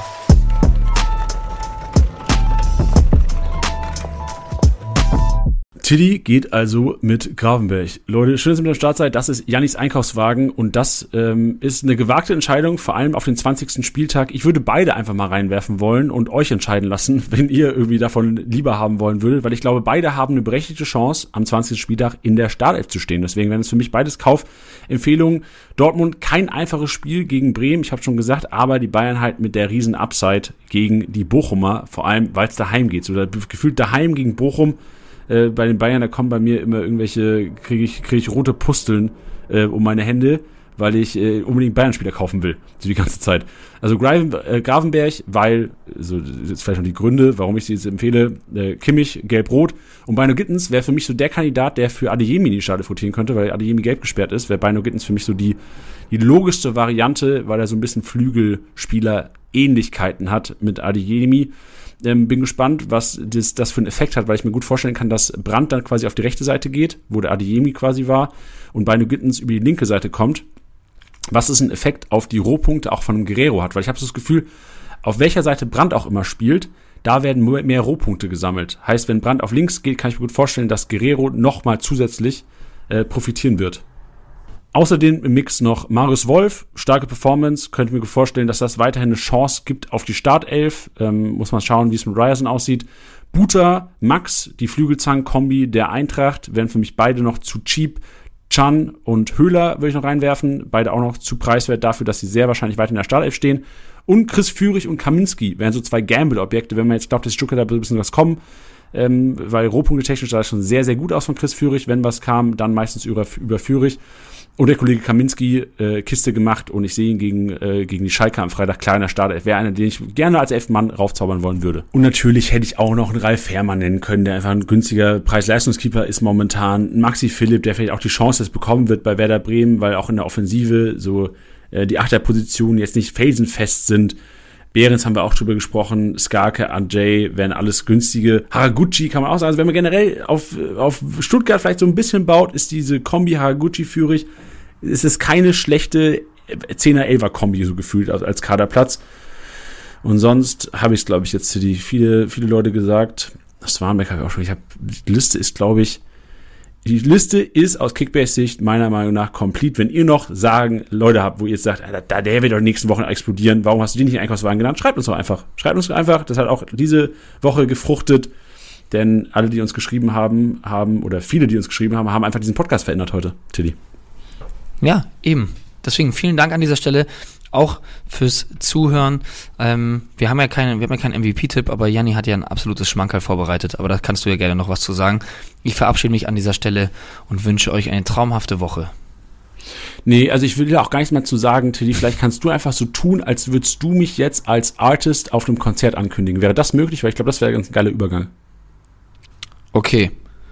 Tilly geht also mit Gravenberch. Leute, schön, dass ihr mit am Start seid. Das ist Jannis Einkaufswagen und das ist eine gewagte Entscheidung, vor allem auf den 20. Spieltag. Ich würde beide einfach mal reinwerfen wollen und euch entscheiden lassen, wenn ihr irgendwie davon lieber haben wollen würdet, weil ich glaube, beide haben eine berechtigte Chance, am 20. Spieltag in der Startelf zu stehen. Deswegen wären es für mich beides Kaufempfehlungen. Dortmund, kein einfaches Spiel gegen Bremen, ich habe schon gesagt, aber die Bayern halt mit der riesen Upside gegen die Bochumer, vor allem, weil es daheim geht. So gefühlt daheim gegen Bochum. Bei den Bayern, da kommen bei mir immer irgendwelche, kriege ich rote Pusteln um meine Hände, weil ich unbedingt Bayern-Spieler kaufen will, so die ganze Zeit. Also Gravenberch, weil, so jetzt vielleicht noch die Gründe, warum ich sie jetzt empfehle, Kimmich, gelb-rot und Bino Gittens wäre für mich so der Kandidat, der für Adeyemi in die Startelf rotieren könnte, weil Adeyemi gelb gesperrt ist, wäre Bino Gittens für mich so die logischste Variante, weil er so ein bisschen Flügelspieler-Ähnlichkeiten hat mit Adeyemi. Bin gespannt, was das für einen Effekt hat, weil ich mir gut vorstellen kann, dass Brandt dann quasi auf die rechte Seite geht, wo der Adeyemi quasi war, und Bino Gittens über die linke Seite kommt. Was ist ein Effekt auf die Rohpunkte auch von einem Guerreiro hat, weil ich habe so das Gefühl, auf welcher Seite Brandt auch immer spielt, da werden mehr Rohpunkte gesammelt. Heißt, wenn Brandt auf links geht, kann ich mir gut vorstellen, dass Guerreiro nochmal zusätzlich profitieren wird. Außerdem im Mix noch Marius Wolf, starke Performance, könnte mir vorstellen, dass das weiterhin eine Chance gibt auf die Startelf. Muss man schauen, wie es mit Ryerson aussieht. Buta, Max, die Flügelzangen-Kombi der Eintracht, wären für mich beide noch zu cheap. Can und Höhler würde ich noch reinwerfen, beide auch noch zu preiswert dafür, dass sie sehr wahrscheinlich weiter in der Startelf stehen. Und Chris Führig und Kaminski wären so 2 Gamble-Objekte, wenn man jetzt glaubt, dass Stuttgart da ein bisschen was kommen. Weil Rohpunkte technisch sah das schon sehr, sehr gut aus von Chris Führig. Wenn was kam, dann meistens über Führig. Und der Kollege Kaminski, Kiste gemacht, und ich sehe ihn gegen die Schalke am Freitag klar in der Startelf. Wäre einer, den ich gerne als 11. Mann raufzaubern wollen würde. Und natürlich hätte ich auch noch einen Ralf Fährmann nennen können, der einfach ein günstiger Preis-Leistungskeeper ist momentan. Ein Maxi Philipp, der vielleicht auch die Chance jetzt bekommen wird bei Werder Bremen, weil auch in der Offensive so die Achterpositionen jetzt nicht felsenfest sind. Behrens haben wir auch drüber gesprochen, Skarke, Ajay wären alles günstige. Haraguchi kann man auch sagen. Also wenn man generell auf Stuttgart vielleicht so ein bisschen baut, ist diese Kombi Haraguchi-Führig, ist es keine schlechte 10er-11er-Kombi so gefühlt als Kaderplatz. Und sonst habe ich es, glaube ich, jetzt für die viele Leute gesagt. Das Warnbeck habe ich auch schon. Die Liste ist aus Kickbase-Sicht meiner Meinung nach complete. Wenn ihr noch Leute habt, wo ihr jetzt sagt, der wird doch in den nächsten Wochen explodieren, warum hast du den nicht in Einkaufswagen genannt? Schreibt uns doch einfach. Das hat auch diese Woche gefruchtet, denn alle, die uns geschrieben haben, oder viele, die uns geschrieben haben einfach diesen Podcast verändert heute, Tilly. Ja, eben. Deswegen vielen Dank an dieser Stelle auch fürs Zuhören. Wir haben ja keinen MVP-Tipp, aber Janni hat ja ein absolutes Schmankerl vorbereitet, aber da kannst du ja gerne noch was zu sagen. Ich verabschiede mich an dieser Stelle und wünsche euch eine traumhafte Woche. Nee, also ich will da auch gar nichts mehr zu sagen, Tilly. Vielleicht kannst du einfach so tun, als würdest du mich jetzt als Artist auf einem Konzert ankündigen. Wäre das möglich? Weil ich glaube, das wäre ein ganz geiler Übergang. Okay.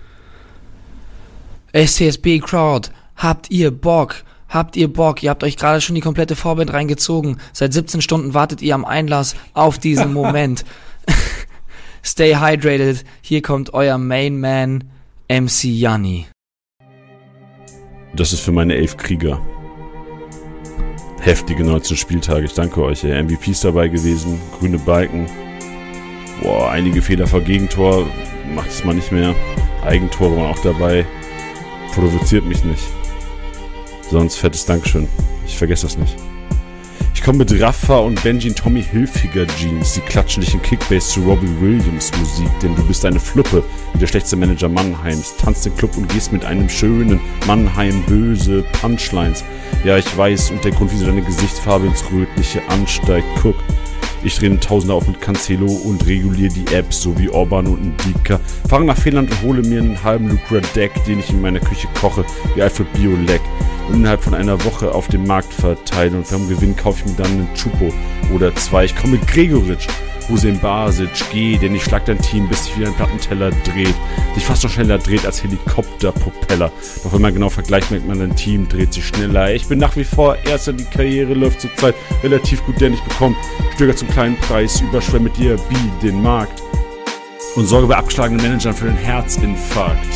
SCSB Crowd, habt ihr Bock? Ihr habt euch gerade schon die komplette Vorband reingezogen. Seit 17 Stunden wartet ihr am Einlass auf diesen Moment. Stay hydrated. Hier kommt euer Main Man, MC Janni. Das ist für meine 11 Krieger. Heftige 19 Spieltage. Ich danke euch. MVPs dabei gewesen. Grüne Balken. Boah, einige Fehler vor Gegentor. Macht es mal nicht mehr. Eigentore waren auch dabei. Provoziert mich nicht. Sonst fettes Dankeschön. Ich vergesse das nicht. komme mit Rafa und Benji in Tommy Hilfiger Jeans. Die klatschen dich in Kickbase zu Robbie Williams Musik, denn du bist eine Fluppe, wie der schlechteste Manager Mannheims. Tanzt den Club und gehst mit einem schönen Mannheim böse Punchlines. Ja, ich weiß, und der Grund, wieso deine Gesichtsfarbe ins Rötliche ansteigt, guck. Ich drehe einen Tausender auf mit Cancelo und reguliere die Apps, so wie Orban und Ndika. Fahre nach Finnland und hole mir einen halben Lucra Deck, den ich in meiner Küche koche, wie Alfred Biolek. Und innerhalb von einer Woche auf dem Markt verteile. Und vom Gewinn kaufe ich mir dann einen Chupo oder 2. Ich komme mit Gregoritsch, Hussein Basic, geh, denn ich schlag dein Team, bis sich wieder ein Plattenteller dreht. Sich fast noch schneller dreht als Helikopterpropeller. Doch wenn man genau vergleicht, merkt man, dein Team dreht sich schneller. Ich bin nach wie vor Erster, die Karriere läuft zurzeit relativ gut, denn ich bekomme Stöger zum kleinen Preis, überschwemme dir den Markt und sorge bei abgeschlagenen Managern für den Herzinfarkt.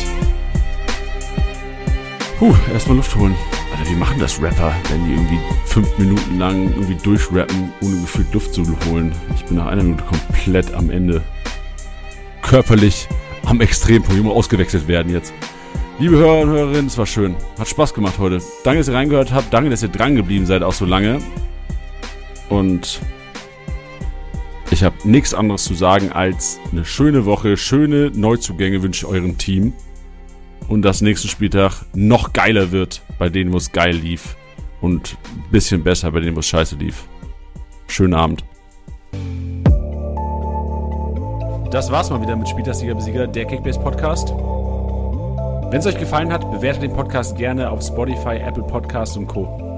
Erstmal Luft holen. Alter, wie machen das Rapper, wenn die irgendwie 5 Minuten lang irgendwie durchrappen, ohne gefühlt Luft zu holen? Ich bin nach einer Minute komplett am Ende. Körperlich am Extrempunkt. Ich muss ausgewechselt werden jetzt. Liebe Hörer und Hörerinnen, es war schön. Hat Spaß gemacht heute. Danke, dass ihr reingehört habt. Danke, dass ihr dran geblieben seid, auch so lange. Und ich habe nichts anderes zu sagen als eine schöne Woche, schöne Neuzugänge wünsche ich eurem Team. Und dass nächsten Spieltag noch geiler wird, bei denen, wo es geil lief. Und ein bisschen besser, bei denen, wo es scheiße lief. Schönen Abend. Das war's mal wieder mit Spieltagssieger Besieger, der Kickbase Podcast. Wenn es euch gefallen hat, bewertet den Podcast gerne auf Spotify, Apple Podcasts und Co.